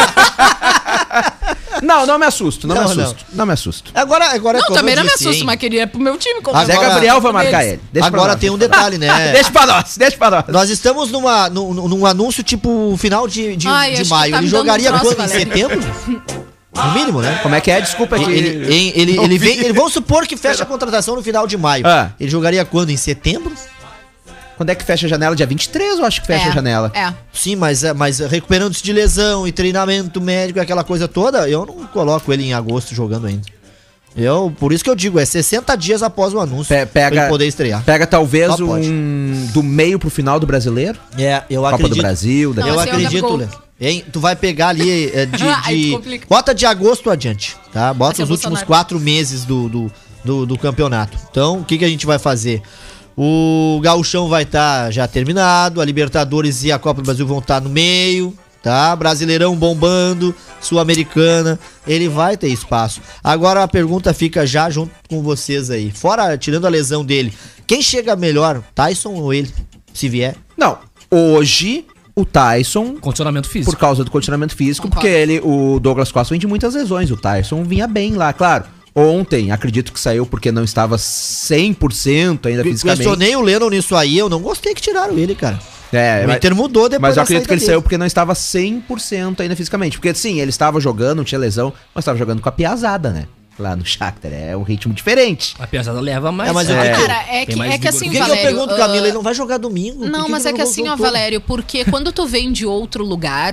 Não me assusto, não me assusto. Agora não, também não me assusto, mas queria pro meu time. Zé Gabriel vai marcar ele. Agora tem um detalhe, né? Deixa pra nós. Nós estamos num anúncio tipo final de maio. Tá ele jogaria quando? Em setembro? No mínimo, né? Como é que é? Desculpa aqui. Ele vem. Vamos supor que fecha a contratação no final de maio. Ele jogaria quando? Em setembro? Quando é que fecha a janela? Dia 23 eu acho que fecha a janela. Sim, mas recuperando-se de lesão e treinamento médico, aquela coisa toda, eu não coloco ele em agosto jogando ainda. Por isso que eu digo, é 60 dias após o anúncio pra ele poder estrear. Pega talvez do meio pro final do Brasileiro. Eu Copa acredito. do Brasil. Eu acredito, Léo. Tu vai pegar ali bota de agosto adiante, tá? Bota os últimos 4 meses do campeonato. Então, o que a gente vai fazer? O Gauchão vai estar já terminado, a Libertadores e a Copa do Brasil vão estar no meio, tá? Brasileirão bombando, Sul-Americana, ele vai ter espaço. Agora a pergunta fica já junto com vocês aí. Fora, tirando a lesão dele, quem chega melhor, Tyson ou ele, se vier? Não, hoje o Tyson... Condicionamento físico. Por causa do condicionamento físico, porque o Douglas Costa vem de muitas lesões, o Tyson vinha bem lá, claro. Ontem, acredito que saiu porque não estava 100% ainda fisicamente. Questionei o Lennon nisso aí, eu não gostei que tiraram ele, cara. O Inter mudou depois. Mas eu acredito que ele saiu porque não estava 100% ainda fisicamente. Porque sim, ele estava jogando, não tinha lesão, mas estava jogando com a piazada, né? Lá no Shakhtar, é um ritmo diferente. A piazada leva mais. Cara, é que assim, Valério... eu pergunto, Camila, ele não vai jogar domingo? Não, mas é que assim, ó, Valério, porque quando tu vem de outro lugar...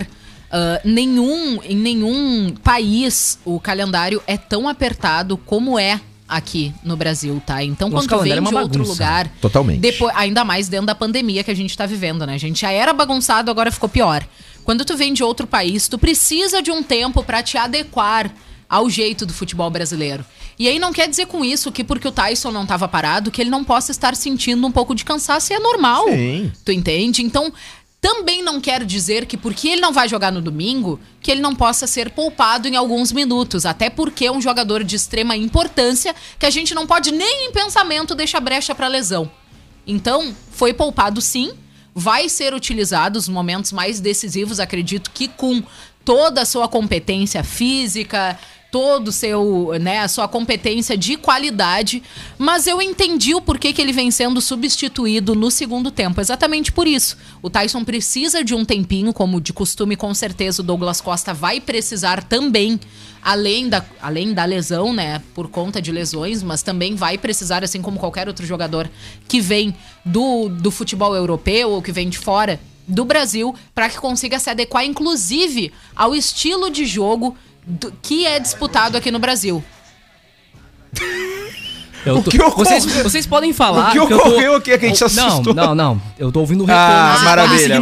em nenhum país o calendário é tão apertado como é aqui no Brasil, tá? Então, quando tu vem de outro lugar... Totalmente. Depois, ainda mais dentro da pandemia que a gente tá vivendo, né? A gente já era bagunçado, agora ficou pior. Quando tu vem de outro país, tu precisa de um tempo pra te adequar ao jeito do futebol brasileiro. E aí não quer dizer com isso que porque o Tyson não tava parado, que ele não possa estar sentindo um pouco de cansaço, e é normal. Sim. Tu entende? Então... Também não quer dizer que porque ele não vai jogar no domingo, que ele não possa ser poupado em alguns minutos. Até porque é um jogador de extrema importância que a gente não pode nem em pensamento deixar brecha para lesão. Então, foi poupado sim, vai ser utilizado nos momentos mais decisivos, acredito que com toda a sua competência física, todo a sua competência de qualidade, mas eu entendi o porquê que ele vem sendo substituído no segundo tempo, exatamente por isso. O Tyson precisa de um tempinho, como de costume, com certeza o Douglas Costa vai precisar também, além da lesão, né, por conta de lesões, mas também vai precisar, assim como qualquer outro jogador que vem do futebol europeu ou que vem de fora do Brasil, para que consiga se adequar, inclusive, ao estilo de jogo que é disputado aqui no Brasil. Vocês podem falar. O que ocorreu aqui que a gente assustou? Não. Eu tô ouvindo o retorno. Maravilha.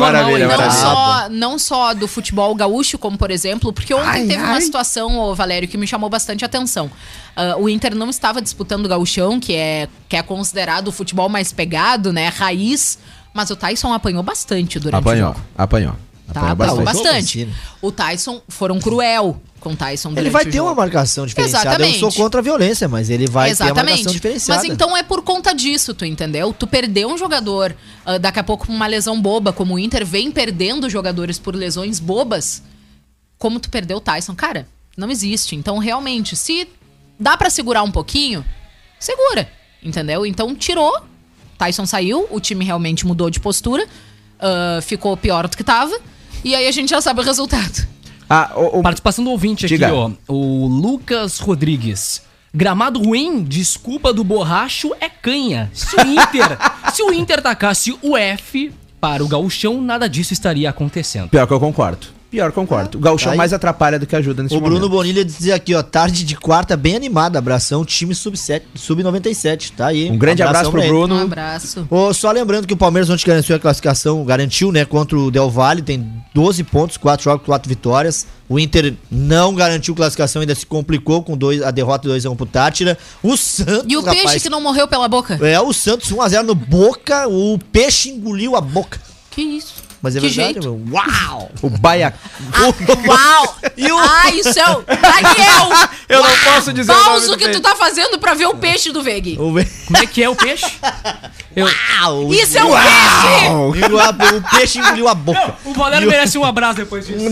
Não só do futebol gaúcho, como por exemplo, porque ontem teve uma situação, Valério, que me chamou bastante atenção. O Inter não estava disputando o gauchão, que é considerado o futebol mais pegado, né, raiz, mas o Tyson apanhou bastante durante o jogo. Apanhou bastante. O Tyson foram cruel com o Tyson durante o jogo. Ele vai ter uma marcação diferenciada. Exatamente. Eu sou contra a violência, mas ele vai ter uma marcação diferenciada. Mas então é por conta disso, tu entendeu? Tu perdeu um jogador, daqui a pouco uma lesão boba, como o Inter vem perdendo jogadores por lesões bobas, como tu perdeu o Tyson. Cara, não existe. Então, realmente, se dá pra segurar um pouquinho, segura, entendeu? Então, tirou, Tyson saiu, o time realmente mudou de postura, ficou pior do que tava, e aí a gente já sabe o resultado. Participação do ouvinte aqui, ó. O Lucas Rodrigues. Gramado ruim, desculpa do borracho é canha. Se o Inter tacasse o F para o gauchão, nada disso estaria acontecendo. Pior que eu concordo. O gauchão mais atrapalha do que ajuda nesse momento. O Bruno Bonilha dizia aqui, ó, tarde de quarta bem animada, abração, time sub-97, tá aí. Um grande abraço pro Bruno. Um abraço. Só lembrando que o Palmeiras ontem garantiu a classificação, né, contra o Del Valle, tem 12 pontos, 4 jogos, 4 vitórias. O Inter não garantiu classificação, ainda se complicou com a derrota 2-1 pro Tátira. O Santos, e o Peixe que não morreu pela boca. O Santos 1-0 no Boca, o Peixe engoliu a Boca. Que isso? Mas é que verdade, jeito? meu. Uau! O Baia... Uau! Isso é o... Daniel! Eu não posso dizer pausa o que tu tá fazendo pra ver o peixe do Veg. Como é que é o peixe? Uau! Isso é um peixe! O peixe engoliu a boca. O Valério merece um abraço depois disso.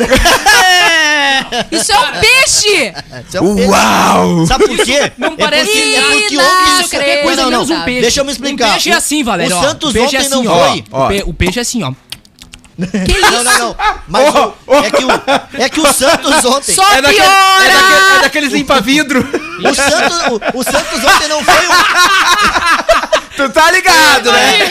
Isso é um peixe! Uau! Sabe por quê? Não parece porque isso é coisa menos um peixe. Deixa eu me explicar. O peixe é assim, Valério. O Santos ontem não foi. O peixe é assim, ó. Que isso? Não. Mas é que o Santos ontem... Só piora! É daqueles limpa-vidro. O Santos ontem não foi Tu tá ligado, né?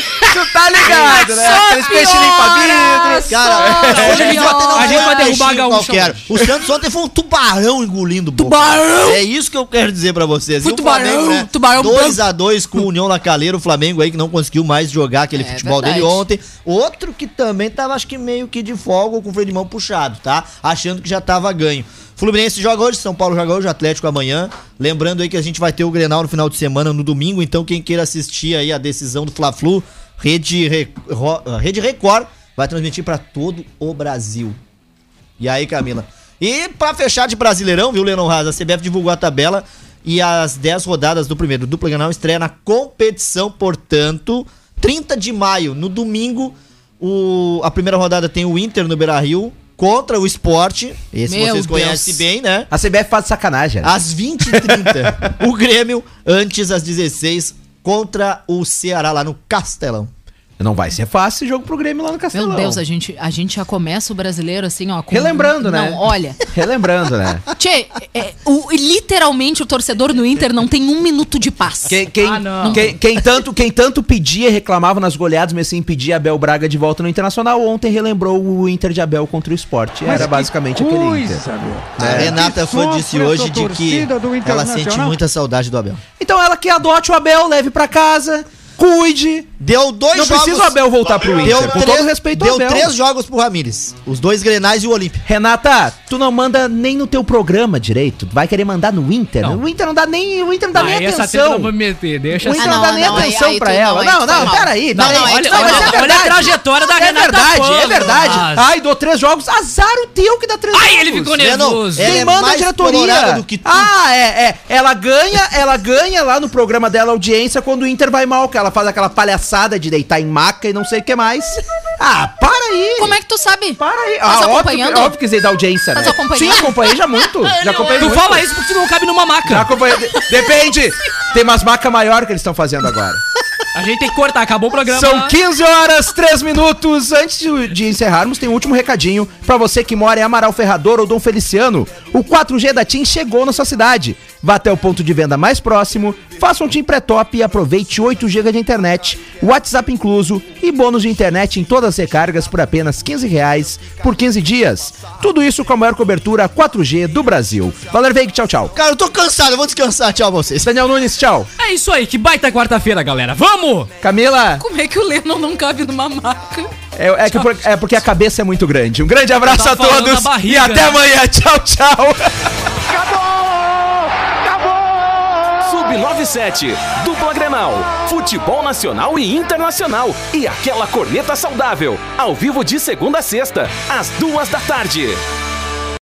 Aqueles peixes limpa-vidro. Cara, a gente vai derrubar a gaúcha. O Santos ontem foi um tubarão engolindo boca. Tubarão! É isso que eu quero dizer pra vocês. Foi tubarão, né? 2-2 com o União Lacaleira, o Flamengo aí que não conseguiu mais jogar aquele futebol dele ontem. Outro que também tava, acho que meio que de folga com o freio de mão puxado, tá? Achando que já tava ganho. Fluminense joga hoje, São Paulo joga hoje, Atlético amanhã. Lembrando aí que a gente vai ter o Grenal no final de semana, no domingo. Então quem queira assistir aí a decisão do Fla-Flu, Rede Record vai transmitir pra todo o Brasil. E aí, Camila? E pra fechar de Brasileirão, viu, Lennon Haas? A CBF divulgou a tabela e as 10 rodadas do primeiro duplo Grenal estreia na competição, portanto, 30 de maio, no domingo, a primeira rodada tem o Inter no Beira-Rio contra o Sport. Esse vocês conhecem bem, né? A CBF faz sacanagem. Às 20h30, o Grêmio, antes às 16h, contra o Ceará lá no Castelão. Não vai ser fácil esse jogo pro Grêmio lá no Castelão. Meu Deus, a gente já começa o brasileiro assim, ó. Relembrando, né? Não, olha. Relembrando, né? Tchê, literalmente o torcedor do Inter não tem um minuto de paz. Quem tanto pedia e reclamava nas goleadas, mas assim, pedia Abel Braga de volta no Internacional, ontem relembrou o Inter de Abel contra o Sport. Era basicamente aquele Inter. A Renata disse hoje de que ela sente muita saudade do Abel. Então ela que adote o Abel, leve pra casa, cuide. Deu 2 jogos. Não precisa o Abel voltar pro Inter. Com todo respeito ao Abel. Deu 3 jogos pro Ramires. Os 2 Grenais e o Olímpia. Renata, tu não manda nem no teu programa direito. Vai querer mandar no Inter? Não. O Inter não dá nem atenção. Essa treta eu não vou me meter. Deixa o Inter não dá nem atenção pra ela. Não, peraí. Olha a trajetória da Renata. É verdade. Ai, dou 3 jogos. Azar o teu que dá 3 jogos. Ai, ele ficou nervoso. Quem manda a diretoria do que tu. Ela ganha lá no programa dela audiência quando o Inter vai mal, que ela faz aquela palhaçada de deitar em maca e não sei o que mais. Ah, para aí! Como é que tu sabe? Para aí! Tá acompanhando? Óbvio que da audiência, né? Tá acompanhando? Sim, acompanhei já muito. Já acompanhei Tu muito. fala isso porque tu não cabe numa maca. Já acompanhei. Depende. Tem umas macas maiores que eles estão fazendo agora. A gente tem que cortar, acabou o programa. São 15 horas, 3 minutos. Antes de encerrarmos, tem um último recadinho pra você que mora em Amaral Ferrador ou Dom Feliciano. O 4G da TIM chegou na sua cidade. Vá até o ponto de venda mais próximo, faça um TIM pré-top e aproveite 8 GB de internet, WhatsApp incluso e bônus de internet em todas as recargas por apenas R$15 por 15 dias. Tudo isso com a maior cobertura 4G do Brasil. Valer Veig, tchau, tchau. Cara, eu tô cansado, eu vou descansar. Tchau vocês. Daniel Nunes, tchau. É isso aí, que baita quarta-feira, galera. Vamos! Camila. Como é que o Lennon não cabe numa maca? É porque a cabeça é muito grande. Um grande abraço a todos barriga, e até amanhã. Tchau, tchau. Sub-97, dupla Grenal, futebol nacional e internacional e aquela corneta saudável, ao vivo de segunda a sexta, às 2 da tarde.